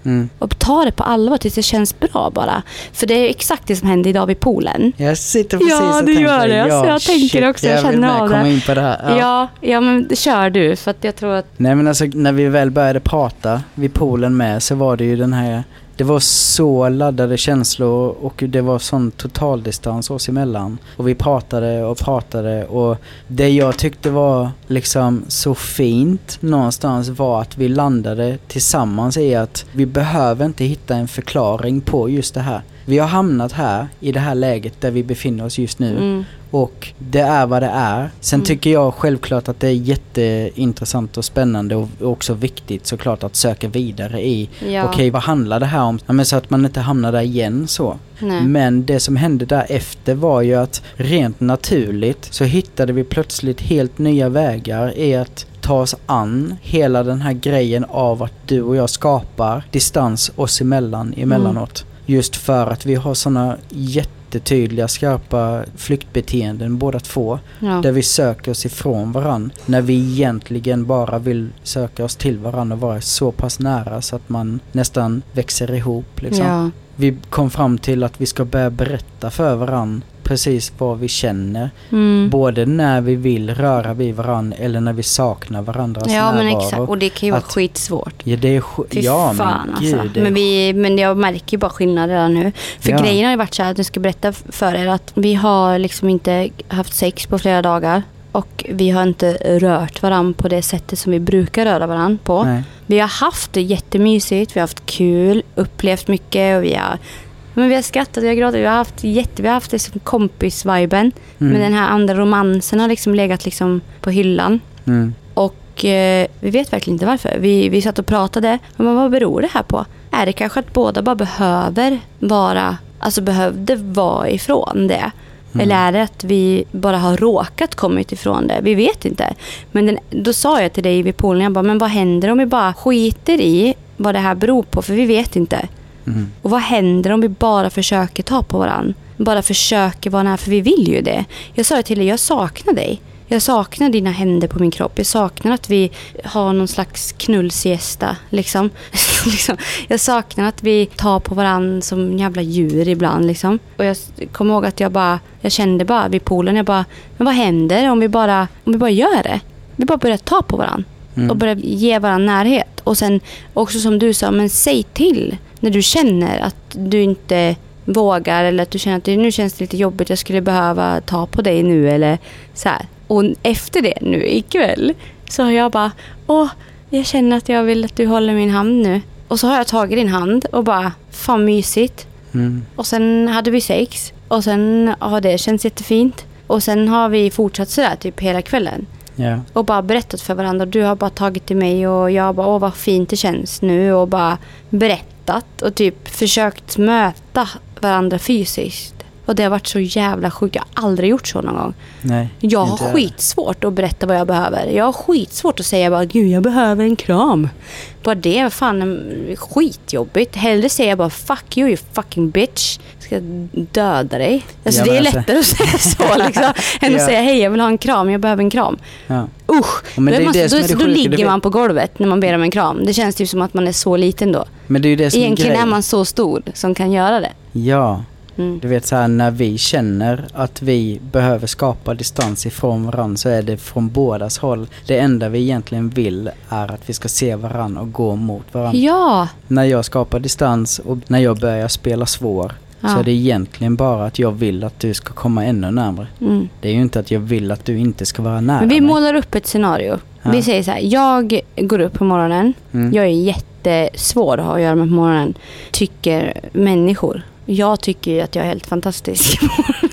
Mm. Och ta det på allvar tills det känns bra bara. För det är exakt det som hände idag vid poolen. Jag sitter precis ja, och du tänker. gör det. Ja, alltså, jag shit, tänker också, jag, jag känner av det. komma in på det här. Ja. Ja, ja, men kör du. För att jag tror att... Nej, men alltså när vi väl började prata vid poolen med, så var det ju den här... Det var så laddade känslor och det var sån totaldistans oss emellan. Och vi pratade och pratade och det jag tyckte var liksom så fint någonstans var att vi landade tillsammans i att vi behöver inte hitta en förklaring på just det här. Vi har hamnat här i det här läget där vi befinner oss just nu. Mm. Och det är vad det är. Sen mm. tycker jag självklart att det är jätteintressant och spännande och också viktigt såklart att söka vidare i. Ja. Okej, okay, vad handlar det här om? Ja, men så att man inte hamnar där igen så. Nej. Men det som hände därefter var ju att rent naturligt så hittade vi plötsligt helt nya vägar i att ta oss an hela den här grejen av att du och jag skapar distans oss emellan emellanåt. Mm. Just för att vi har såna jättetydliga, skarpa flyktbeteenden båda två. Ja. Där vi söker oss ifrån varann. När vi egentligen bara vill söka oss till varann och vara så pass nära så att man nästan växer ihop. Liksom. Ja. Vi kom fram till att vi ska börja berätta för varann precis vad vi känner. Mm. Både när vi vill röra vid varann eller när vi saknar varandras ja, närvaro. Men exakt. Och det kan ju vara att, skitsvårt. Ja, det är sk- ja fan, men gud. Alltså. Men, vi, men jag märker ju bara skillnader redan nu. För ja. grejen har ju varit så här att jag ska berätta för er att vi har liksom inte haft sex på flera dagar. Och vi har inte rört varann på det sättet som vi brukar röra varann på. Nej. Vi har haft det jättemysigt. Vi har haft kul, upplevt mycket och vi har... Men vi har skrattat, vi har gråtit, vi har haft jätte, vi har haft det som kompis-viben. Mm. Men den här andra romansen har liksom legat liksom på hyllan. Mm. Och eh, vi vet verkligen inte varför. Vi, vi satt och pratade. Men vad beror det här på? Är det kanske att båda bara behöver vara, alltså behövde vara ifrån det? Mm. Eller är det att vi bara har råkat kommit ifrån det? Vi vet inte. Men den, då sa jag till dig vid poolen, jag bara, men vad händer om vi bara skiter i vad det här beror på? För vi vet inte. Mm. Och vad händer om vi bara försöker ta på varann? Bara försöker vara nära, för vi vill ju det. Jag sa till dig, jag saknar dig. Jag saknar dina händer på min kropp. Jag saknar att vi har någon slags knullsiesta. Liksom. liksom. Jag saknar att vi tar på varann som jävla djur ibland. Liksom. Och jag kommer ihåg att jag bara, jag kände bara vid poolen, jag bara, men vad händer om vi bara, om vi bara gör det? Vi bara börjar ta på varann. Mm. Och börjar ge varann närhet. Och sen också som du sa, men säg till när du känner att du inte vågar, eller att du känner att det, nu känns det lite jobbigt, jag skulle behöva ta på dig nu eller så här. Och efter det nu ikväll så har jag bara, åh, jag känner att jag vill att du håller min hand nu. Och så har jag tagit din hand och bara, fan mysigt. Mm. Och sen hade vi sex. Och sen har det känts jättefint. Och sen har vi fortsatt sådär typ hela kvällen. Yeah. Och bara berättat för varandra. Du har bara tagit till mig och jag bara, åh vad fint det känns nu. Och bara berättat och typ försökt möta varandra fysiskt. Och det har varit så jävla sjukt. Jag har aldrig gjort så någon gång. Nej, jag har skitsvårt att berätta vad jag behöver. Jag har skitsvårt att säga bara, gud jag behöver en kram. Bara det är fan skitjobbigt. Hellre säger jag bara, fuck you, you fucking bitch. Jag ska döda dig. Alltså ja, det är alltså lättare att säga så liksom. Än ja. Att säga, hej jag vill ha en kram, jag behöver en kram. Ja. Usch, men det är man, det då, är det då ligger det man på golvet när man ber om en kram. Det känns ju som att man är så liten då. Men det är ju det som egentligen är, är man så stor som kan göra det. Ja. Mm. Du vet så här, när vi känner att vi behöver skapa distans ifrån varandra så är det från bådas håll. Det enda vi egentligen vill är att vi ska se varandra och gå mot varandra. Ja. När jag skapar distans och när jag börjar spela svår ja. Så är det egentligen bara att jag vill att du ska komma ännu närmare. Mm. Det är ju inte att jag vill att du inte ska vara nära. Men vi mig. målar upp ett scenario. Ja. Vi säger så här, jag går upp på morgonen. Mm. Jag är jättesvår att ha att göra med på morgonen. Tycker människor. Jag tycker ju att jag är helt fantastisk.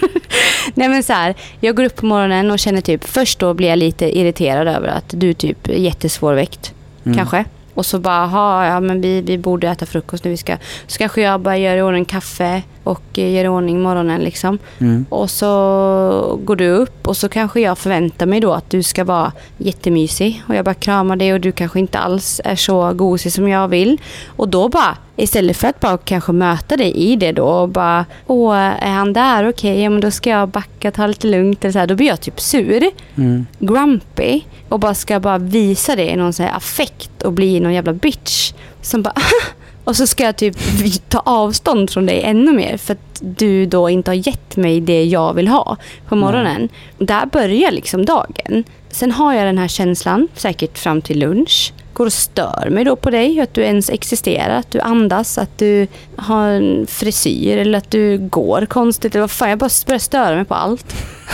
Nej men så här, jag går upp på morgonen och känner typ, först då blir jag lite irriterad över att du typ är jättesvårväckt. Mm. Kanske. Och så bara, ha, ja men vi, vi borde äta frukost när vi ska. Så kanske jag bara gör i ordning kaffe och gör i ordning morgonen liksom. Mm. Och så går du upp och så kanske jag förväntar mig då att du ska vara jättemysig. Och jag bara kramar dig och du kanske inte alls är så gosig som jag vill. Och då bara, istället för att bara kanske möta dig i det då och bara, åh är han där? Okej, okay, ja, men då ska jag backa, ta lite lugnt eller så här. Då blir jag typ sur, mm. grumpy och bara ska bara visa det i någon sån här affekt och bli någon jävla bitch som bara Och så ska jag typ ta avstånd från dig ännu mer för att du då inte har gett mig det jag vill ha på morgonen. Mm. Där börjar liksom dagen. Sen har jag den här känslan, säkert fram till lunch. Går och stör mig då på dig, att du ens existerar, att du andas, att du har en frisyr eller att du går konstigt. Eller vad fan, jag bara börjar störa mig på allt.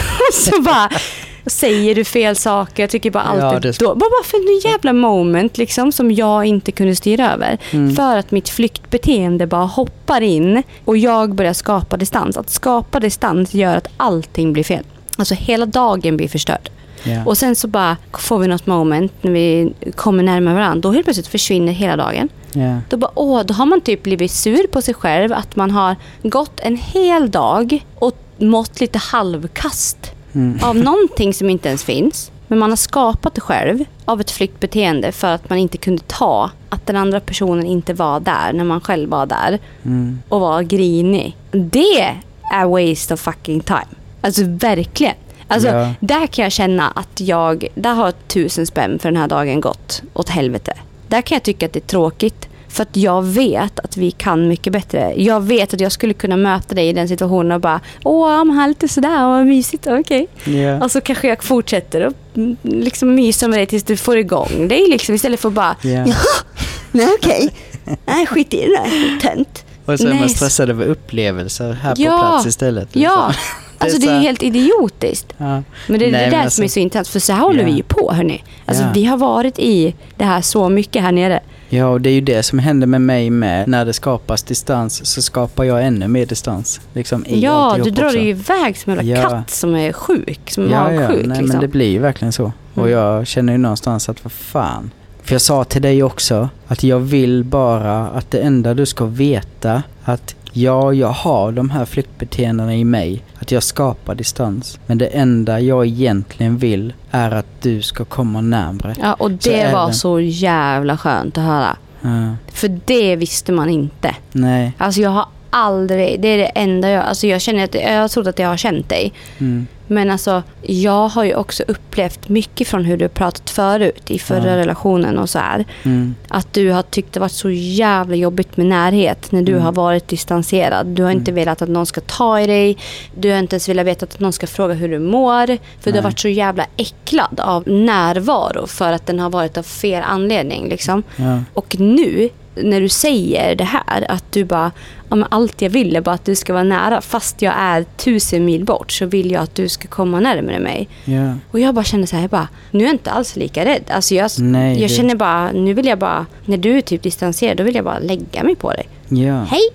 Så bara... säger du fel saker, jag tycker bara allt ja, det... då. Bara, bara för en jävla moment liksom, som jag inte kunde styra över. Mm. För att mitt flyktbeteende bara hoppar in och jag börjar skapa distans. Att skapa distans gör att allting blir fel. Alltså hela dagen blir förstörd. Yeah. Och sen så bara får vi något moment när vi kommer närmare varandra. Då helt plötsligt försvinner hela dagen. Yeah. Då, bara, åh, då har man typ blivit sur på sig själv att man har gått en hel dag och mått lite halvkast. Mm. Av någonting som inte ens finns. Men man har skapat det själv av ett flyktbeteende för att man inte kunde ta att den andra personen inte var där när man själv var där. Mm. Och var grinig. Det är waste of fucking time. Alltså verkligen. Alltså ja. Där kan jag känna att jag, där har tusen spänn för den här dagen gått åt helvete. Där kan jag tycka att det är tråkigt. För att jag vet att vi kan mycket bättre. Jag vet att jag skulle kunna möta dig i den situationen och bara, åh, man har lite sådär, och mysigt, okej. Okay. Yeah. Och så kanske jag fortsätter och liksom mysa med dig tills du får igång dig liksom, istället för att bara, yeah. jaha, nej okej, okay. nej skit i det där, tönt. Och så är man stressad över upplevelser här ja. på plats istället. Liksom. Ja, alltså det är helt idiotiskt. Ja. Men det är nej, det där alltså... som är så intensivt, för så här håller yeah. vi ju på, hörni. Alltså yeah. vi har varit i det här så mycket här nere. Ja, och det är ju det som händer med mig med. När det skapas distans så skapar jag ännu mer distans. Liksom i ja, du drar ju iväg som en ja. katt som är sjuk, som ja, är ja. sjuk. Nej, liksom. Men det blir ju verkligen så. Mm. Och jag känner ju någonstans att vad fan. För jag sa till dig också att jag vill bara att det enda du ska veta att ja, jag har de här flyktbeteendena i mig. Att jag skapar distans. Men det enda jag egentligen vill är att du ska komma närmare. Ja, och det så var även... så jävla skönt att höra. Ja. För det visste man inte. Nej. Alltså jag har aldrig, det är det enda jag, alltså jag känner att jag har trott att jag har känt dig. Mm. Men alltså jag har ju också upplevt mycket från hur du har pratat förut i förra ja. relationen och så här. Mm. Att du har tyckt det varit så jävla jobbigt med närhet när du mm. har varit distanserad. Du har inte mm. velat att någon ska ta i dig. Du har inte ens velat veta att någon ska fråga hur du mår. För Nej. du har varit så jävla äcklad av närvaro för att den har varit av fel anledning liksom. Ja. Och nu när du säger det här att du bara, ja, men allt jag vill är bara att du ska vara nära, fast jag är tusen mil bort så vill jag att du ska komma närmare mig. Yeah. Och jag bara känner så här, bara, nu är jag inte alls lika rädd. Alltså jag, Nej, jag det... känner bara, nu vill jag bara, när du är typ distanserad, då vill jag bara lägga mig på dig. Yeah. Hej!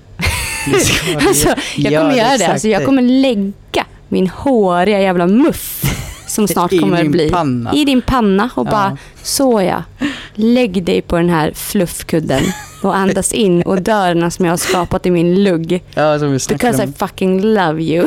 Alltså, jag kommer ja, göra det. Alltså, jag kommer lägga min håriga jävla muff som snart kommer att bli panna. i din panna och ja. bara, så ja, lägg dig på den här fluffkudden och andas in och dörrarna som jag har skapat i min lugg. Ja, som vi Because om. I fucking love you.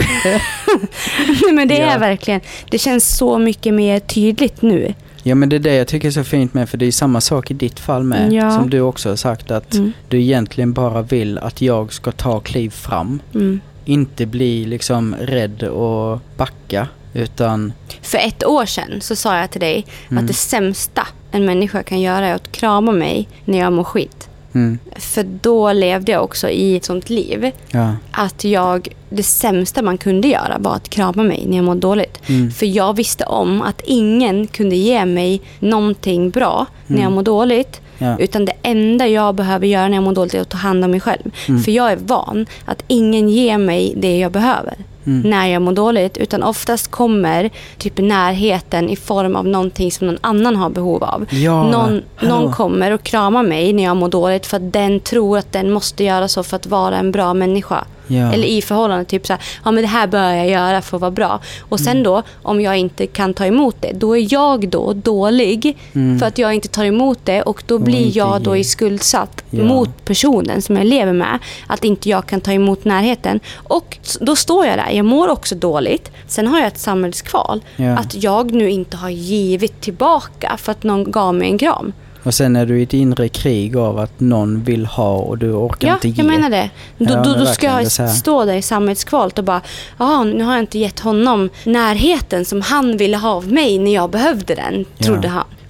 Men det ja. är verkligen, det känns så mycket mer tydligt nu. Ja, men det är det jag tycker är så fint med, för det är samma sak i ditt fall med, ja. som du också har sagt att mm. du egentligen bara vill att jag ska ta kliv fram. Mm. Inte bli liksom rädd och backa, utan... För ett år sedan så sa jag till dig mm. att det sämsta en människa kan göra är att krama mig när jag mår skit. Mm. För då levde jag också i ett sånt liv ja. att jag, det sämsta man kunde göra var att krama mig när jag mådde dåligt. Mm. För jag visste om att ingen kunde ge mig någonting bra mm. när jag mår dåligt. Ja. Utan det enda jag behöver göra när jag mår dåligt är att ta hand om mig själv. Mm. För jag är van att ingen ger mig det jag behöver. Mm. när jag mår dåligt, utan oftast kommer typ närheten i form av någonting som någon annan har behov av. Ja, någon, någon kommer och kramar mig när jag mår dåligt för att den tror att den måste göra så för att vara en bra människa. Ja. Eller i förhållande typ så här, ja men det här bör jag göra för att vara bra. Och sen mm. då, om jag inte kan ta emot det, då är jag då dålig mm. för att jag inte tar emot det, och då blir och jag då i skuldsatt ja. mot personen som jag lever med, att inte jag kan ta emot närheten. Och då står jag där, jag mår också dåligt. Sen har jag ett samhällskval ja. att jag nu inte har givit tillbaka för att någon gav mig en kram. Och sen är du i ett inre krig av att någon vill ha och du orkar ja, inte ge. Ja, jag menar det. Då, ja, då, då ska jag stå där i samhällskvalet och bara, ja, nu har jag inte gett honom närheten som han ville ha av mig när jag behövde den, trodde ja. han.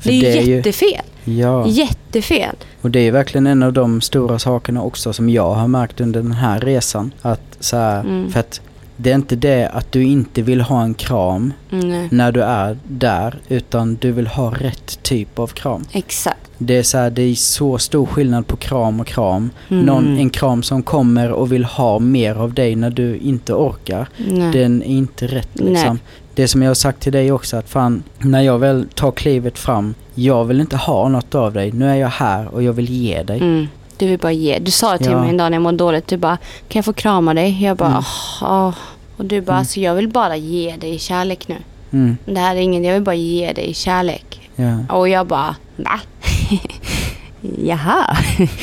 För det är ju det är jättefel. Ju, ja. Jättefel. Och det är verkligen en av de stora sakerna också som jag har märkt under den här resan. Att så här, mm. för att det är inte det att du inte vill ha en kram mm. när du är där, utan du vill ha rätt typ av kram. Exakt. Det är så här, det är så stor skillnad på kram och kram. Mm. Någon, en kram som kommer och vill ha mer av dig när du inte orkar. Nej. Den är inte rätt liksom. Nej. Det som jag har sagt till dig också, att fan, när jag väl tar klivet fram, jag vill inte ha något av dig. Nu är jag här och jag vill ge dig. Mm. Du vill bara ge. Du sa det till ja. mig en dag när jag mådde dåligt. Du bara, kan jag få krama dig? Jag bara, mm. åh. Och du bara, mm. alltså jag vill bara ge dig kärlek nu. Mm. Det här är ingen, jag vill bara ge dig kärlek. Ja. Och jag bara, va? Jaha.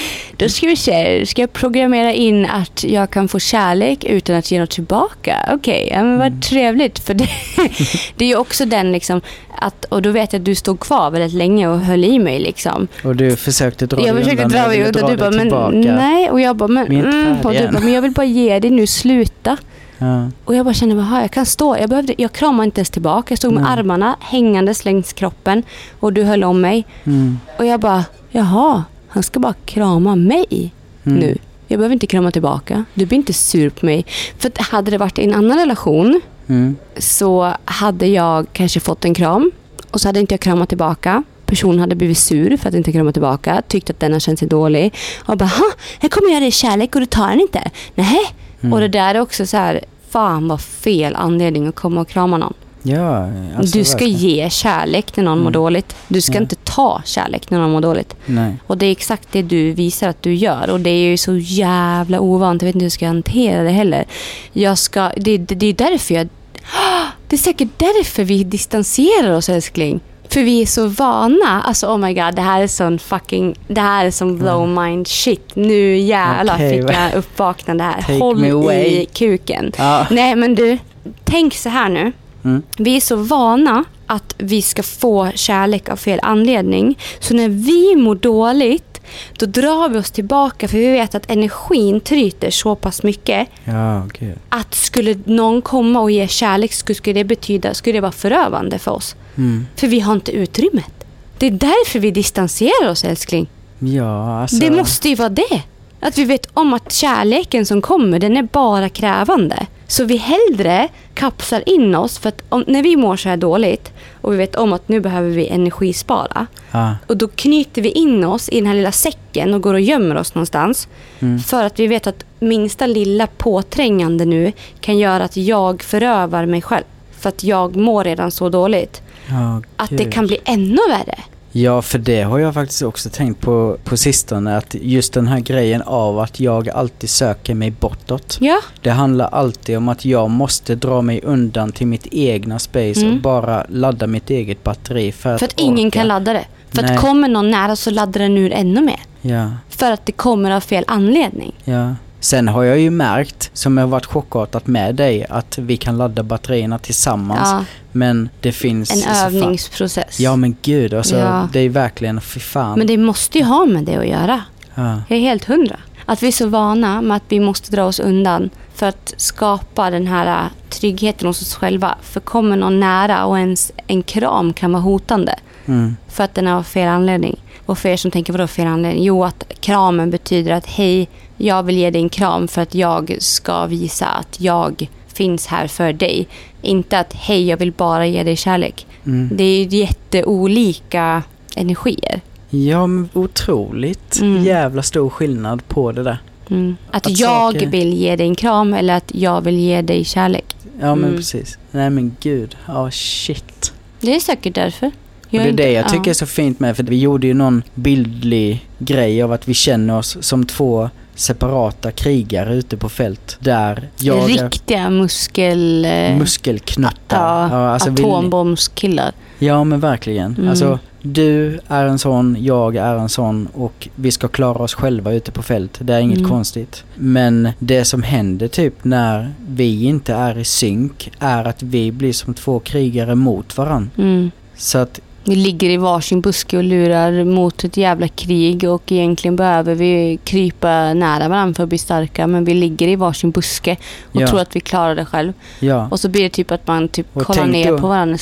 Då ska vi se, ska jag programmera in att jag kan få kärlek utan att ge något tillbaka? Okej, okay, ja, men vad mm. trevligt. För det, det är ju också den liksom, att, och då vet jag att du stod kvar väldigt länge och höll i mig liksom. Och du försökte dra jag dig försökte undan. Dra dig undan och du bara, men nej. Och jag bara, men, mm, och du bara, men jag vill bara ge dig nu, sluta. Ja. Och jag bara kände, vad jag kan stå. Jag, behövde, jag kramade inte ens tillbaka. Jag stod med mm. armarna hängandes längs kroppen. Och du höll om mig. Mm. Och jag bara, jaha, han ska bara krama mig mm. nu. Jag behöver inte krama tillbaka. Du blir inte sur på mig. För att hade det varit i en annan relation mm. så hade jag kanske fått en kram. Och så hade inte jag kramat tillbaka. Personen hade blivit sur för att inte krama tillbaka. Tyckte att den har känt sig dålig. Och bara, ha, jag kommer göra det i kärlek och du tar den inte. Nej. Mm. Och det där är också så här, fan vad fel anledning att komma och krama någon. Ja, alltså du ska verkligen ge kärlek när någon mm. mår dåligt. Du ska ja. inte ta kärlek när någon mår dåligt. Nej. Och det är exakt det du visar att du gör. Och det är ju så jävla ovant. Jag vet inte hur jag ska hantera det heller. Jag ska, det, det, det är därför jag... Det är säkert därför vi distanserar oss, älskling. För vi är så vana. Alltså oh my god, det här är sån fucking, det här är sån blow mind shit. Nu jävlar okay, fick jag uppvaknande här. Take Håll me away. I kuken. Ah. Nej men du, tänk så här nu. Mm. Vi är så vana att vi ska få kärlek av fel anledning. Så när vi mår dåligt, då drar vi oss tillbaka. För vi vet att energin tryter så pass mycket. Ja, okay. Att skulle någon komma och ge kärlek, skulle det betyda, skulle det vara förövande för oss. Mm. För vi har inte utrymmet. Det är därför vi distanserar oss, älskling. Ja, alltså... Det måste ju vara det. Att vi vet om att kärleken som kommer, den är bara krävande. Så vi hellre kapslar in oss. För att om, när vi mår så här dåligt och vi vet om att nu behöver vi energispara. Ah. Och då knyter vi in oss i den här lilla säcken och går och gömmer oss någonstans. Mm. För att vi vet att minsta lilla påträngande nu kan göra att jag förövar mig själv. För att jag mår redan så dåligt. Oh, att det kan bli ännu värre. Ja, för det har jag faktiskt också tänkt på på sistone, att just den här grejen av att jag alltid söker mig bortåt. Ja. Det handlar alltid om att jag måste dra mig undan till mitt egna space mm. och bara ladda mitt eget batteri för att För att orka. Ingen kan ladda det. För Nej. Att kommer någon nära så laddar den ur ännu mer. Ja. För att det kommer av fel anledning. Ja. Sen har jag ju märkt, som jag har varit chockartat med dig, att vi kan ladda batterierna tillsammans. Ja. Men det finns... En övningsprocess. Ja, men gud. Alltså, ja. Det är verkligen, fy fan. Men det måste ju ha med det att göra. Ja. Jag är helt hundra. Att vi är så vana med att vi måste dra oss undan för att skapa den här tryggheten hos oss själva. För kommer någon nära och ens en kram kan vara hotande. Mm. För att den har fel anledning. Och för er som tänker, vadå fel anledning? Jo, att kramen betyder att hej, jag vill ge dig en kram för att jag ska visa att jag finns här för dig. Inte att hej, jag vill bara ge dig kärlek. Mm. Det är ju jätteolika energier. Ja, men otroligt. Mm. Jävla stor skillnad på det där. Mm. Att, att jag saker... vill ge dig en kram eller att jag vill ge dig kärlek. Ja, men mm. precis. Nej, men gud. Ja, oh, shit. Det är säkert därför. Och det är det jag tycker ja. är så fint med, för vi gjorde ju någon bildlig grej av att vi känner oss som två separata krigare ute på fält där jag riktiga muskel muskelknuttar, ja, alltså atombombskillar. Ja, men verkligen. Mm. Alltså du är en sån, jag är en sån och vi ska klara oss själva ute på fält. Det är inget mm. konstigt. Men det som händer typ när vi inte är i synk är att vi blir som två krigare mot varann. Mm. Så att vi ligger i varsin buske och lurar mot ett jävla krig och egentligen behöver vi krypa nära varandra för att bli starka, men vi ligger i varsin buske och ja. tror att vi klarar det själv. Ja. Och så blir det typ att man typ kollar ner då, på varandra nästan.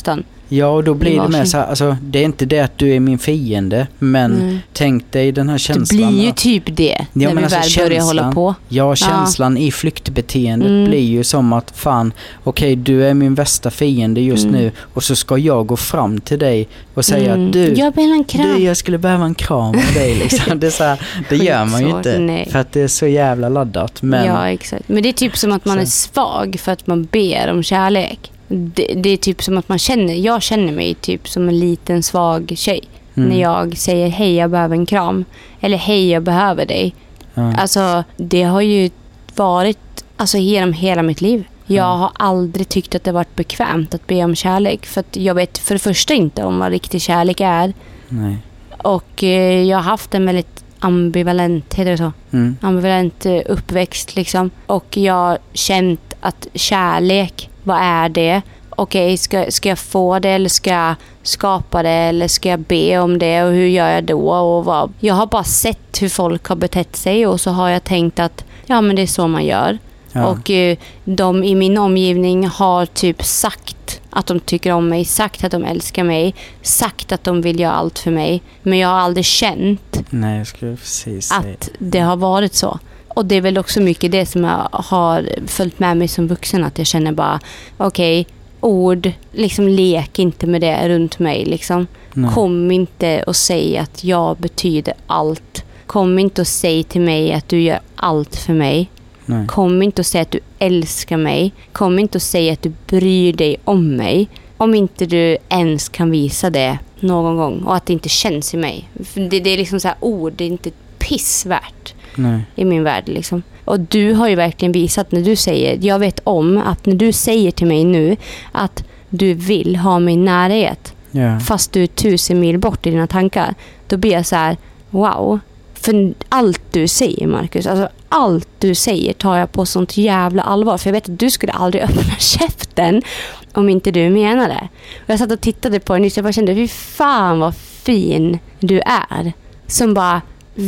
Ja, och då blir det varsin. med så här, alltså det är inte det att du är min fiende, men Mm. tänk dig den här känslan. Det blir ju att- typ det när vi alltså väl börjar hålla på. Ja, känslan i flyktbeteendet Mm. blir ju som att fan, okej, du är min värsta fiende just Mm. nu och så ska jag gå fram till dig och säga Mm. att du, Jag behöver en kram. du, jag skulle behöva en kram av dig liksom. Det, är så här, det gör man ju Skitsvårt, inte nej. för att det är så jävla laddat. Men Ja, exakt. Men det är typ som att man Så. är svag för att man ber om kärlek. Det, det är typ som att man känner, jag känner mig typ som en liten svag tjej. Mm. När jag säger hej, jag behöver en kram. Eller hej, jag behöver dig. ja. Alltså, det har ju varit alltså, genom hela mitt liv. Jag Ja. har aldrig tyckt att det varit bekvämt att be om kärlek. För att jag vet för det första inte om vad riktig kärlek är. Nej. Och eh, jag har haft en väldigt ambivalent, heter det så? Mm. ambivalent eh, uppväxt liksom. Och jag har känt att kärlek, vad är det? Okej, ska, ska jag få det eller ska jag skapa det eller ska jag be om det och hur gör jag då? Och vad? Jag har bara sett hur folk har betett sig och så har jag tänkt att ja, men det är så man gör. Ja. Och eh, de i min omgivning har typ sagt att de tycker om mig, sagt att de älskar mig, sagt att de vill göra allt för mig. Men jag har aldrig känt Nej, jag skulle precis säga. att det har varit så. Och det är väl också mycket det som jag har följt med mig som vuxen, att jag känner bara okej, okay, ord, liksom lek inte med det runt mig liksom. Nej. Kom inte och säg att jag betyder allt. Kom inte och säg till mig att du gör allt för mig. Nej. Kom inte och säg att du älskar mig. Kom inte och säg att du bryr dig om mig. Om inte du ens kan visa det någon gång. Och att det inte känns i mig. För det, det är liksom så här ord, det är inte pissvärt Nej. i min värld liksom. Och du har ju verkligen visat när du säger, jag vet om att när du säger till mig nu att du vill ha min närhet Ja. fast du är tusen mil bort i dina tankar, då blir jag så här, wow. För allt du säger, Marcus, alltså allt du säger tar jag på sånt jävla allvar. För jag vet att du skulle aldrig öppna käften om inte du menar det. Och jag satt och tittade på den nyss och jag bara kände, fy fan vad fin du är. Som bara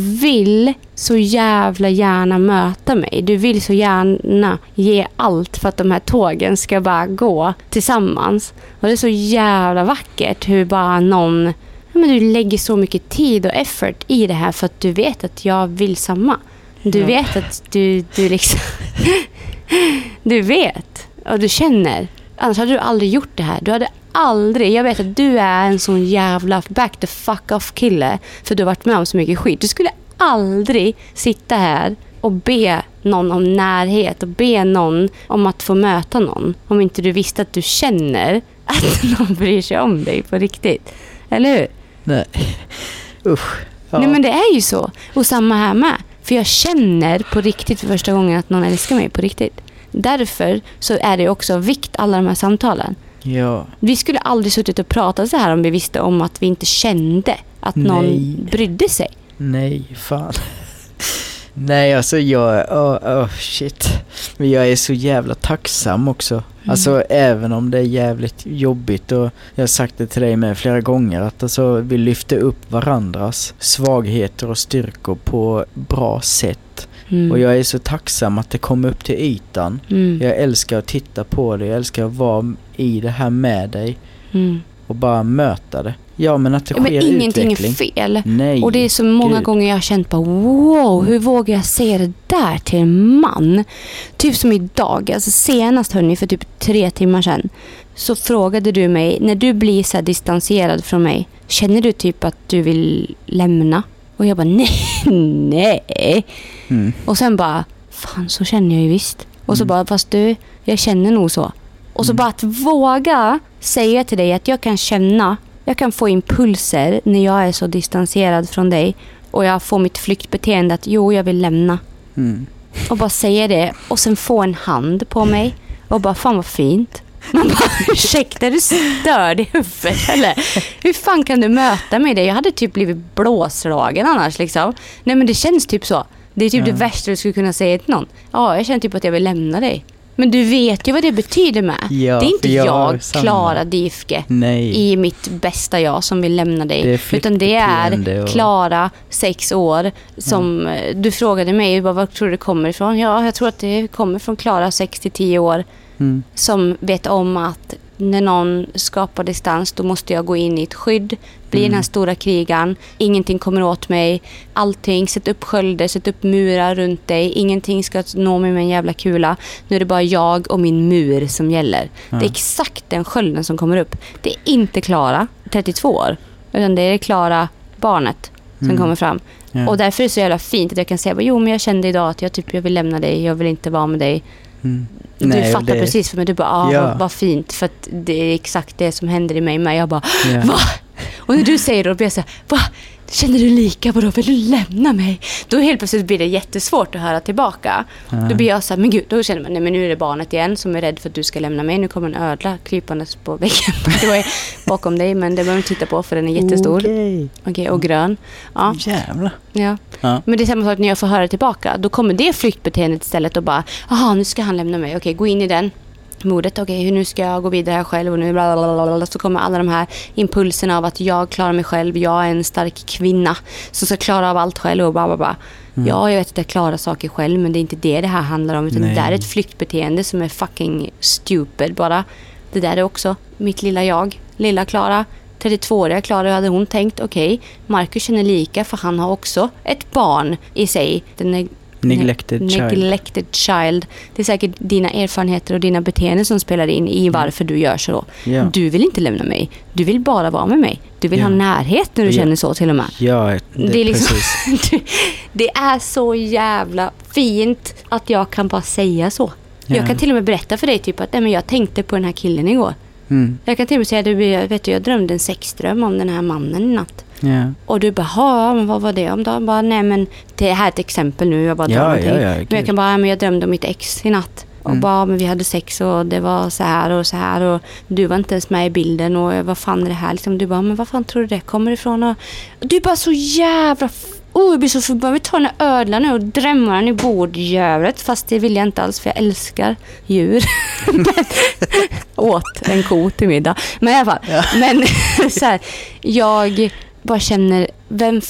vill så jävla gärna möta mig. Du vill så gärna ge allt för att de här tågen ska bara gå tillsammans. Och det är så jävla vackert hur bara någon... Men du lägger så mycket tid och effort i det här för att du vet att jag vill samma. Du Ja. vet att du, du liksom... du vet och du känner. Annars hade du aldrig gjort det här. Du hade aldrig... Jag vet att du är en sån jävla back the fuck off kille. För du har varit med om så mycket skit. Du skulle aldrig sitta här och be någon om närhet och be någon om att få möta någon. Om inte du visste att du känner att någon bryr sig om dig på riktigt. Eller hur? Nej. Usch. Ja. Nej, men det är ju så. Och samma här med. För jag känner på riktigt för första gången att någon älskar mig på riktigt. Därför så är det också vikt alla de här samtalen. Ja. Vi skulle aldrig suttit och pratat så här om vi visste om att vi inte kände att någon Nej. brydde sig. Nej, fan. Nej, alltså jag... Oh, oh, shit. Men jag är så jävla tacksam också. Mm. Alltså även om det är jävligt jobbigt och jag har sagt det till dig med flera gånger att alltså, vi lyfter upp varandras svagheter och styrkor på bra sätt. Mm. Och jag är så tacksam att det kom upp till ytan. Mm. Jag älskar att titta på det. Jag älskar att vara i det här med dig Mm. och bara möta det. Ja, men att det Ja, sker men ingenting utveckling. är fel. Nej. Och det är så många Gud. gånger jag har känt på wow, hur vågar jag säga det där till en man? Typ som idag, alltså senast hörni, för typ tre timmar sedan så frågade du mig, när du blir så här distanserad från mig, känner du typ att du vill lämna? Och jag bara nej, nej. Mm. Och sen bara, fan så känner jag ju visst. Och så Mm. bara, fast du, jag känner nog så. Och så Mm. bara att våga säga till dig att jag kan känna, jag kan få impulser när jag är så distanserad från dig. Och jag får mitt flyktbeteende att jo, jag vill lämna. Mm. Och bara säga det. Och sen få en hand på mig. Och bara, fan vad fint. Man bara, ursäkta, är du störd i huvudet eller? Hur fan kan du möta mig det? Jag hade typ blivit blåslagen annars liksom. Nej, men det känns typ så. Det är typ Ja. det värsta du skulle kunna säga till någon. Ja, jag känner typ att jag vill lämna dig. Men du vet ju vad det betyder med. Ja, det är inte för jag har jag, samma. Klara Difke, Nej. i mitt bästa jag som vill lämna dig. Det är utan det flyktbeteende är och- Klara, sex år, som eh, du frågade mig, vad, vad tror du det kommer ifrån? Ja, jag tror att det kommer från Klara, sex till tio år. Mm. Som vet om att när någon skapar distans, då måste jag gå in i ett skydd, bli Mm. den här stora krigan, ingenting kommer åt mig, allting, sätt upp skölder, sätt upp murar runt dig, ingenting ska nå mig med en jävla kula, nu är det bara jag och min mur som gäller. Ja. Det är exakt den skölden som kommer upp. Det är inte Klara, trettiotvå år, utan det är Klara, barnet, som Mm. kommer fram. Ja. Och därför är det så jävla fint att jag kan säga, jo men jag kände idag att jag typ jag vill lämna dig, jag vill inte vara med dig. Mm. Du Nej, fattar det- precis för mig, du bara, ah, Ja. vad, vad fint, för att det är exakt det som händer i mig med. Jag bara, Ja. va? Och när du säger det, då blir jag så här, va? Känner du lika? Vadå? Vill du lämna mig? Då helt plötsligt blir det jättesvårt att höra tillbaka. Ja. Då blir jag så här, men gud, då känner man, nej men nu är det barnet igen som är rädd för att du ska lämna mig. Nu kommer en ödla krypandes på väggen. Då är bakom dig, men det behöver du titta på för den är jättestor. Okej, Okej. och grön. Ja, Jävlar. ja. Ja. Men det är samma sak när jag får höra tillbaka. Då kommer det flyktbeteendet istället och bara, aha, nu ska han lämna mig. Okej, gå in i den modet. Okej, hur nu ska jag gå vidare här själv och nu bla bla bla bla. Så kommer alla de här impulserna av att jag klarar mig själv. Jag är en stark kvinna som ska klara av allt själv och bla bla bla. Mm. Ja, jag vet att jag klarar saker själv, men det är inte det det här handlar om. Utan Nej. det där är ett flyktbeteende som är fucking stupid bara. Det där är också mitt lilla jag. Lilla Klara. trettiotvååriga Klara, hade hon tänkt, okej, okay, Marcus känner lika för han har också ett barn i sig. Den är Neglected ne- child. neglected child. Det är säkert dina erfarenheter och dina beteenden som spelar in i varför du gör så. Ja. Du vill inte lämna mig. Du vill bara vara med mig. Du vill Ja. ha närhet när du Ja. känner så till och med. Ja, det, Det är, liksom, precis. det är så jävla fint att jag kan bara säga så. Ja. Jag kan till och med berätta för dig typ att nej, men jag tänkte på den här killen igår. Mm. Jag kan till och med säga att jag, vet du, jag drömde en sexdröm om den här mannen i natt. Ja. Och du bara, ja, men vad var det om då? Bara, nej men det här är ett exempel nu. Jag bara drar Ja, någonting. ja, ja, Men gud. jag kan bara, men jag drömde om mitt ex i natt. Och Mm. bara, men vi hade sex och det var så här och så här. Och du var inte ens med i bilden. Och jag, vad fan är det här? Liksom, du bara, men vad fan tror du det kommer ifrån? Och du är bara så jävla... F- oh, jag blir så förbannad. Vi tar den här ödlan nu och drämmer den i bordjävret. Fast det vill jag inte alls, för jag älskar djur. Men, åt en ko till middag. Men i alla fall. Ja. Men så här, jag bara känner, vem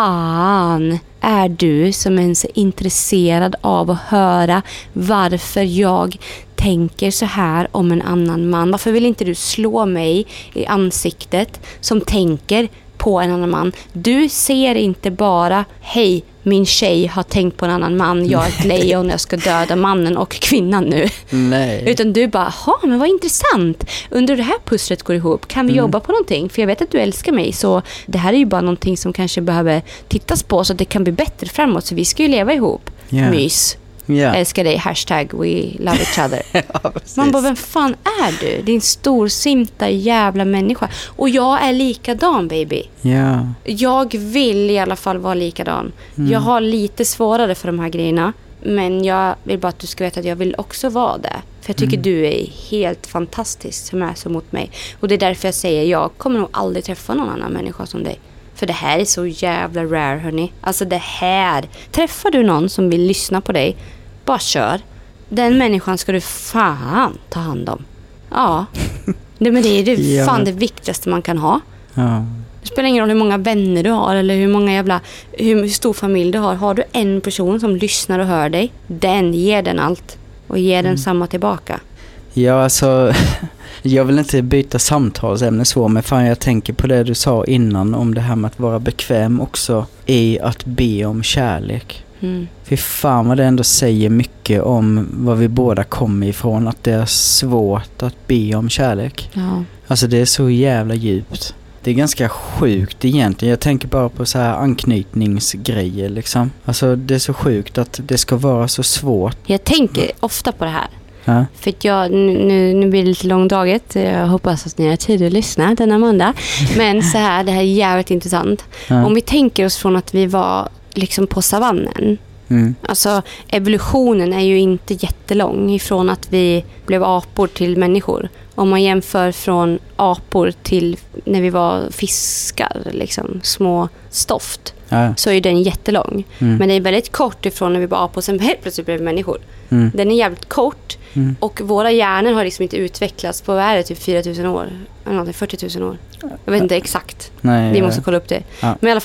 fan är du som ens är intresserad av att höra varför jag tänker så här om en annan man? Varför vill inte du slå mig i ansiktet som tänker på en annan man? Du ser inte bara, hej, min tjej har tänkt på en annan man, jag är ett lejon, jag ska döda mannen och kvinnan nu. Nej. Utan du bara, ja men vad intressant. Undrar det här pusslet går ihop. Kan vi Mm. jobba på någonting? För jag vet att du älskar mig. Så det här är ju bara någonting som kanske behöver tittas på så att det kan bli bättre framåt. Så vi ska ju leva ihop. Ja. Mys. Ja. Älskar dig. Hashtag we love each other. Ja, precis. Man bara, vem fan är du? Din storsimta jävla människa. Och jag är likadan, baby. Ja. Jag vill i alla fall vara likadan. Mm. Jag har lite svårare för de här grejerna. Men jag vill bara att du ska veta att jag vill också vara det. För jag tycker Mm. du är helt fantastisk som är så mot mig. Och det är därför jag säger, jag kommer nog aldrig träffa någon annan människa som dig. För det här är så jävla rare, hörni. Alltså det här. Träffar du någon som vill lyssna på dig, bara kör. Den människan ska du fan ta hand om. Ja. Det, men det är det Ja. fan det viktigaste man kan ha. Ja. Det spelar ingen roll hur många vänner du har eller hur många jävla hur stor familj du har. Har du en person som lyssnar och hör dig, den ger den allt och ger den samma tillbaka. Ja, alltså jag vill inte byta samtalsämne så, men fan jag tänker på det du sa innan om det här med att vara bekväm också i att be om kärlek. Mm. Fy fan vad det ändå säger mycket om vad vi båda kommer ifrån, att det är svårt att be om kärlek. Ja. Alltså det är så jävla djupt. Det är ganska sjukt egentligen. Jag tänker bara på så här anknytningsgrejer liksom. Alltså det är så sjukt att det ska vara så svårt. Jag tänker ofta på det här. Ja. För att jag, nu, nu blir det lite långdraget. Jag hoppas att ni har tid att lyssna denna måndag. Men så här, det här är jävligt intressant. Ja. Om vi tänker oss från att vi var liksom på savannen. Mm. Alltså evolutionen är ju inte jättelång ifrån att vi blev apor till människor. Om man jämför från apor till när vi var fiskar, liksom små stoft, Ja. så är den jättelång. Mm. Men det är väldigt kort ifrån när vi var apor och sen helt plötsligt blev vi människor. Mm. Den är jävligt kort Mm. och våra hjärnor har liksom inte utvecklats på, vad är det, typ fyra tusen år eller någonting, fyrtio tusen år. Jag vet inte exakt. Nej, Vi ja. måste kolla upp det. Ja. Men i alla fall,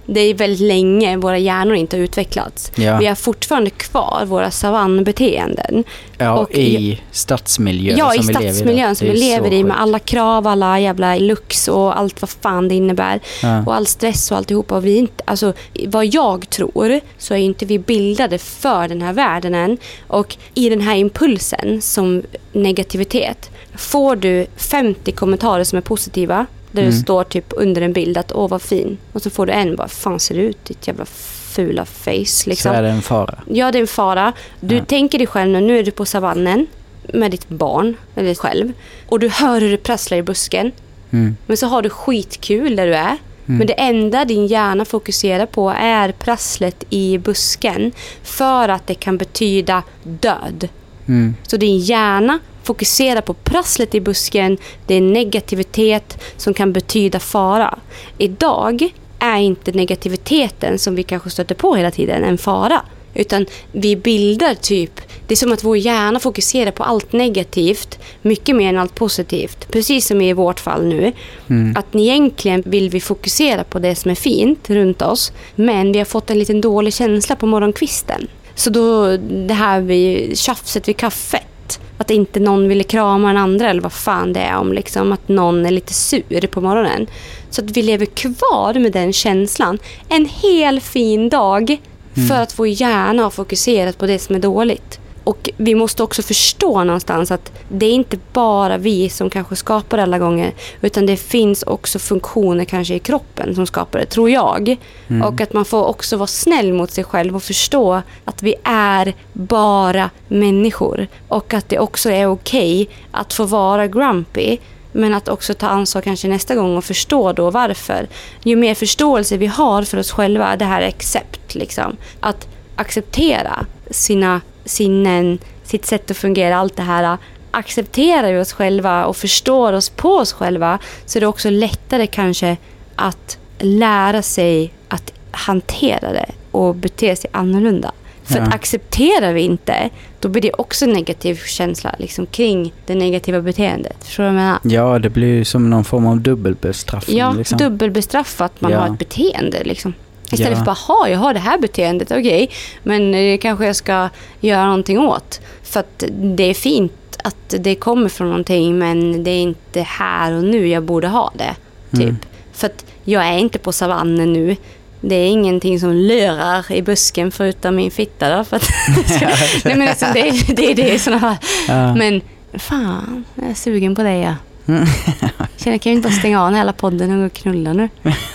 det är väldigt länge våra hjärnor inte har utvecklats. Ja. Vi har fortfarande kvar våra savannbeteenden. Ja, och i stadsmiljön ja, som i vi lever i. stadsmiljön som Det vi är lever så i med sjukt. alla krav, alla jävla lux och allt vad fan det innebär. Ja. Och all stress och alltihopa. Och vi inte, alltså, vad jag tror så är inte vi bildade för den här världen än. Och i den här impulsen som negativitet får du femtio kommentarer som är positiva. Där Mm. det står typ under en bild att åh vad fin. Och så får du en bara, fan ser du ut ditt jävla fula face liksom. Så är det en fara. Ja, det är en fara. Du Ja. tänker dig själv nu, nu är du på savannen med ditt barn, eller dig själv. Och du hör hur det prasslar i busken. Mm. Men så har du skitkul där du är. Mm. Men det enda din hjärna fokuserar på är prasslet i busken. För att det kan betyda död. Mm. Så din hjärna fokuserar på prasslet i busken. Det är negativitet som kan betyda fara. Idag är inte negativiteten som vi kanske stöter på hela tiden en fara. Utan vi bildar typ, det är som att vår hjärna fokuserar på allt negativt mycket mer än allt positivt. Precis som i vårt fall nu. Mm. Att egentligen vill vi fokusera på det som är fint runt oss. Men vi har fått en liten dålig känsla på morgonkvisten. Så då det här vid tjafset vid kaffet. Att inte någon ville krama den andra eller vad fan det är om liksom att någon är lite sur på morgonen. Så att vi lever kvar med den känslan en hel fin dag för att vår hjärna har fokuserat på det som är dåligt. Och vi måste också förstå någonstans att det är inte bara vi som kanske skapar alla gånger, utan det finns också funktioner kanske i kroppen som skapar det, tror jag. Mm. Och att man får också vara snäll mot sig själv och förstå att vi är bara människor. Och att det också är okej att få vara grumpy, men att också ta ansvar kanske nästa gång och förstå då varför. Ju mer förståelse vi har för oss själva, det här är accept liksom. Att acceptera sina sinnen, sitt sätt att fungera, allt det här. Accepterar vi oss själva och förstår oss på oss själva, så är det också lättare kanske att lära sig att hantera det och bete sig annorlunda. För Ja. att accepterar vi inte, då blir det också en negativ känsla liksom, kring det negativa beteendet. Förstår du vad jag menar? Ja, det blir ju som någon form av dubbelbestraffning. Ja, liksom. dubbelbestraffat man Ja. har ett beteende liksom. Istället Ja. för bara, ha, jag har det här beteendet, okej. Okay, men det kanske jag ska göra någonting åt. För att det är fint att det kommer från någonting, men det är inte här och nu jag borde ha det. Typ. Mm. För att jag är inte på savannen nu. Det är ingenting som lörar i busken förutom min fitta då. För att nej, men alltså, det, är, det är det såna här. Ja. Men fan, jag är sugen på det, ja. Mm. Känner, kan jag inte bara stänga av hela podden och gå och knulla nu?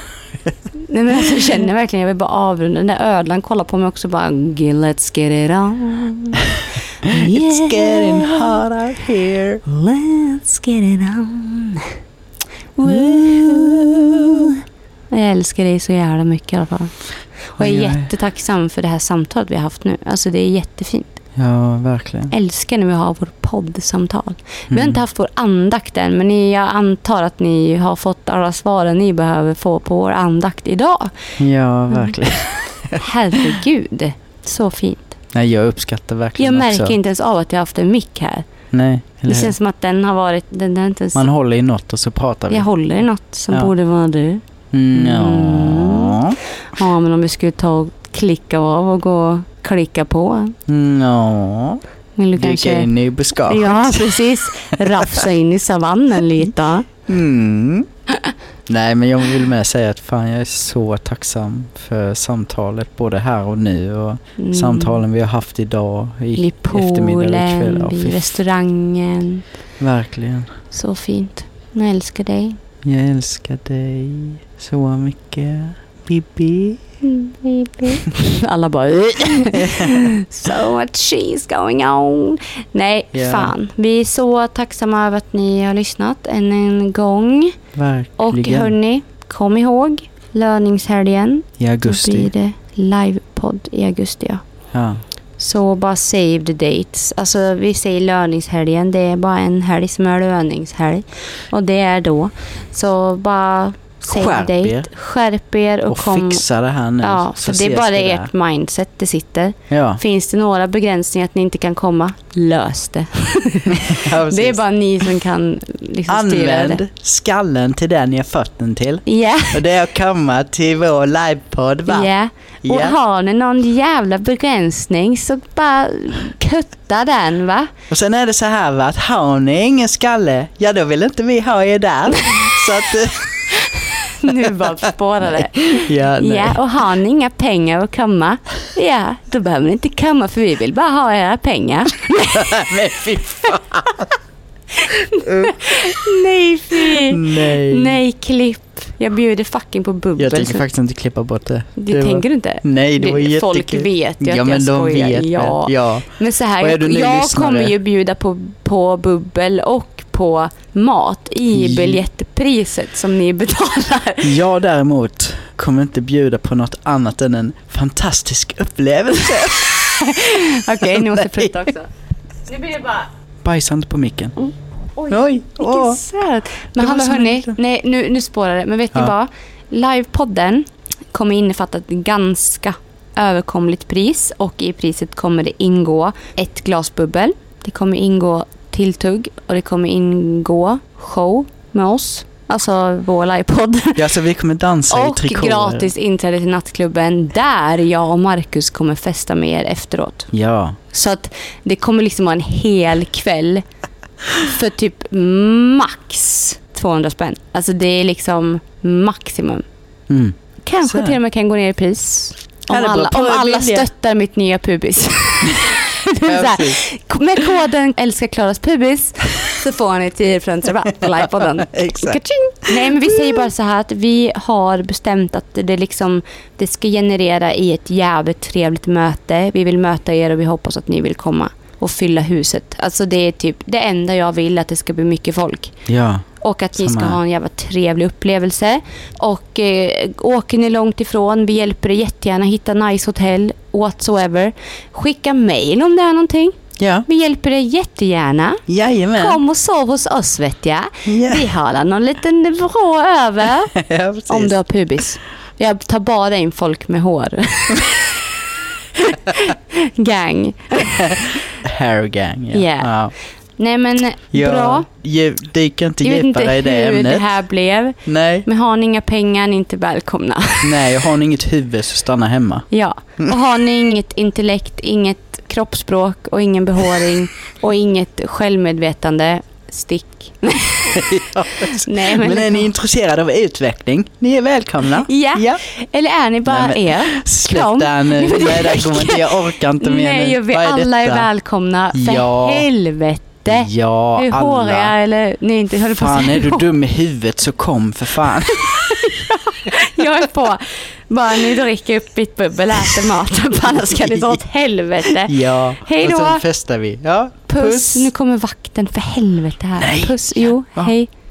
Nej, men alltså, jag känner verkligen, jag vill bara avrunda. Den där ödlan kollar på mig också bara, let's get it on. It's getting hot out here. Let's get it on. Woo. Jag älskar dig så jävla mycket i alla fall. Och jag är Oj, oj. jättetacksam för det här samtalet vi har haft nu. Alltså det är jättefint. Ja, verkligen. Älskar när vi har vår poddsamtal. Vi har Mm. inte haft vår andakt än, men ni, jag antar att ni har fått alla svaren ni behöver få på vår andakt idag. Ja, verkligen. Herregud, så fint. Nej, jag uppskattar verkligen Jag märker också. inte ens av att jag har haft en mick här. Nej, Det eller hur? känns som att den har varit... Den, den inte ens, Man håller i något och så pratar vi. jag håller i något som Ja. borde vara du. Mm. Ja. Ja, men om vi skulle ta och klicka av och gå och klicka på. Ja. Vill du Dyka kanske... in i buskaget. Ja, precis. Rafsa in i savannen lite. Mm. Nej, men jag vill med säga att fan, jag är så tacksam för samtalet både här och nu och Mm. samtalen vi har haft idag i I eftermiddag och ikväll. poolen, Ja, vid fy- restaurangen. verkligen. Så fint. Jag älskar dig. Jag älskar dig så mycket. Bibi. Mm, baby. Alla bara so what she's going on. Nej, Ja. fan. Vi är så tacksamma över att ni har lyssnat än en gång. Och Verkligen. hörni, kom ihåg löningshelgen. I Då augusti. blir det livepodd i augusti. Ja. Ja. Så bara save the dates. Alltså vi säger löningshelgen. Det är bara en helg som är löningshelg. Och det är då. Så bara Säg Skärp dejt. er. Skärp er och, Och kom. fixa det här nu. Ja, så för det är ses bara vi ert där. mindset det sitter. Ja. Finns det några begränsningar att ni inte kan komma? Lös det. Ja, Det är bara ni som kan liksom styra Använd det. skallen till den jag fått den till. Ja. Och det är att komma till vår livepodd, va? Ja. Och Ja. har ni någon jävla begränsning så bara kutta den, va? Och sen är det så här, va, att har ni ingen skalle, ja då vill inte vi ha er där. Så att... Nu bara spårar det. Ja, nej. Ja, och har ni inga pengar att komma, ja, då behöver ni inte komma för vi vill bara ha era pengar. Men fy fan. Nej, fy. Nej. Nej, klipp. Jag bjuder fucking på bubbel. Jag tänker faktiskt inte klippa bort det. Det, det tänker var... du inte? Nej, det var Det- jättekul. folk vet ju att ja, jag men de skojar. vet Ja. det. Ja. Men så Och här, är du jag, ny jag lyssnare? kommer ju bjuda på, på bubbel och på mat i Ja. biljettpriset som ni betalar. Jag däremot kommer inte bjuda på något annat än en fantastisk upplevelse. Okej, ni måste Nej. prutta också. Nu blir det bara... Bajsa inte på micken. Oj, Oj, vilken åh. söt. Men Det var hallå så hörni, mycket. nej, nu, nu spårar det. Men vet ni Ja. vad? Livepodden kommer innefatta ett ganska överkomligt pris. Och i priset kommer det ingå ett glas bubbel. Det kommer ingå tilltugg och det kommer ingå show med oss. Alltså vår livepodd. Ja, så vi kommer dansa i Och trikåer. gratis inträde till nattklubben där jag och Marcus kommer festa med er efteråt. Ja. Så att det kommer liksom vara en hel kväll för typ max tvåhundra spänn. Alltså det är liksom maximum. Mm. Kanske Så. till och med kan gå ner i pris. Om Ja, det beror alla, på om hur alla billiga. stöttar mitt nya pubis. Det är Ja, så här, precis. med koden älskar Klaras pubis så får ni tio procent rabatt på livepodden. Exakt. Ka-ching! Nej, men vi säger bara så här att vi har bestämt att det liksom det ska generera i ett jävligt trevligt möte. Vi vill möta er och vi hoppas att ni vill komma och fylla huset. Alltså det är typ det enda jag vill, att det ska bli mycket folk. Ja. Och att ni ska Samma. ha en jävla trevlig upplevelse. Och eh, åker ni långt ifrån, vi hjälper er jättegärna hitta nice hotell, whatsoever. Skicka mejl om det är någonting. Ja. Vi hjälper er jättegärna. Jajamän. Kom och sov hos oss, vet jag. Ja. Vi har någon liten vrå över. Ja, precis. Om du har pubis. Jag tar bara in folk med hår. Gang. Hair gang, ja. Ja. Ja. Nej, men Ja, bra. Ge, dyk inte Jag vet inte djupare i det hur ämnet. det här blev. Nej. Men har ni inga pengar, ni är inte välkomna. Nej, har ni inget huvud så stanna hemma. Ja. Och har ni inget intellekt, inget kroppsspråk och ingen behåring och inget självmedvetande, stick. Ja, Nej, men, men, är ni intresserade av utveckling? Ni är välkomna. Ja. ja. Eller är ni bara Nej, men- er? Släpp Kom. där nu. Nej, men det Nej, där räcker. går inte. Jag orkar inte mer Nej, nu. jag vet, Vad är alla är detta? välkomna. För Ja. helvete. Ja, Hur håriga alla. eller... Nej, inte höll på att Fan, säga är du hår. dum i huvudet så kom för fan. Jag är på. Bara nu dricker upp mitt bubbel, äter maten. För annars ska det dra åt helvete. Ja, Hej då. och sen festar vi. Ja, Puss. puss. Nu kommer vakten, för helvete här. Nej. Puss. Jo, Va? hej.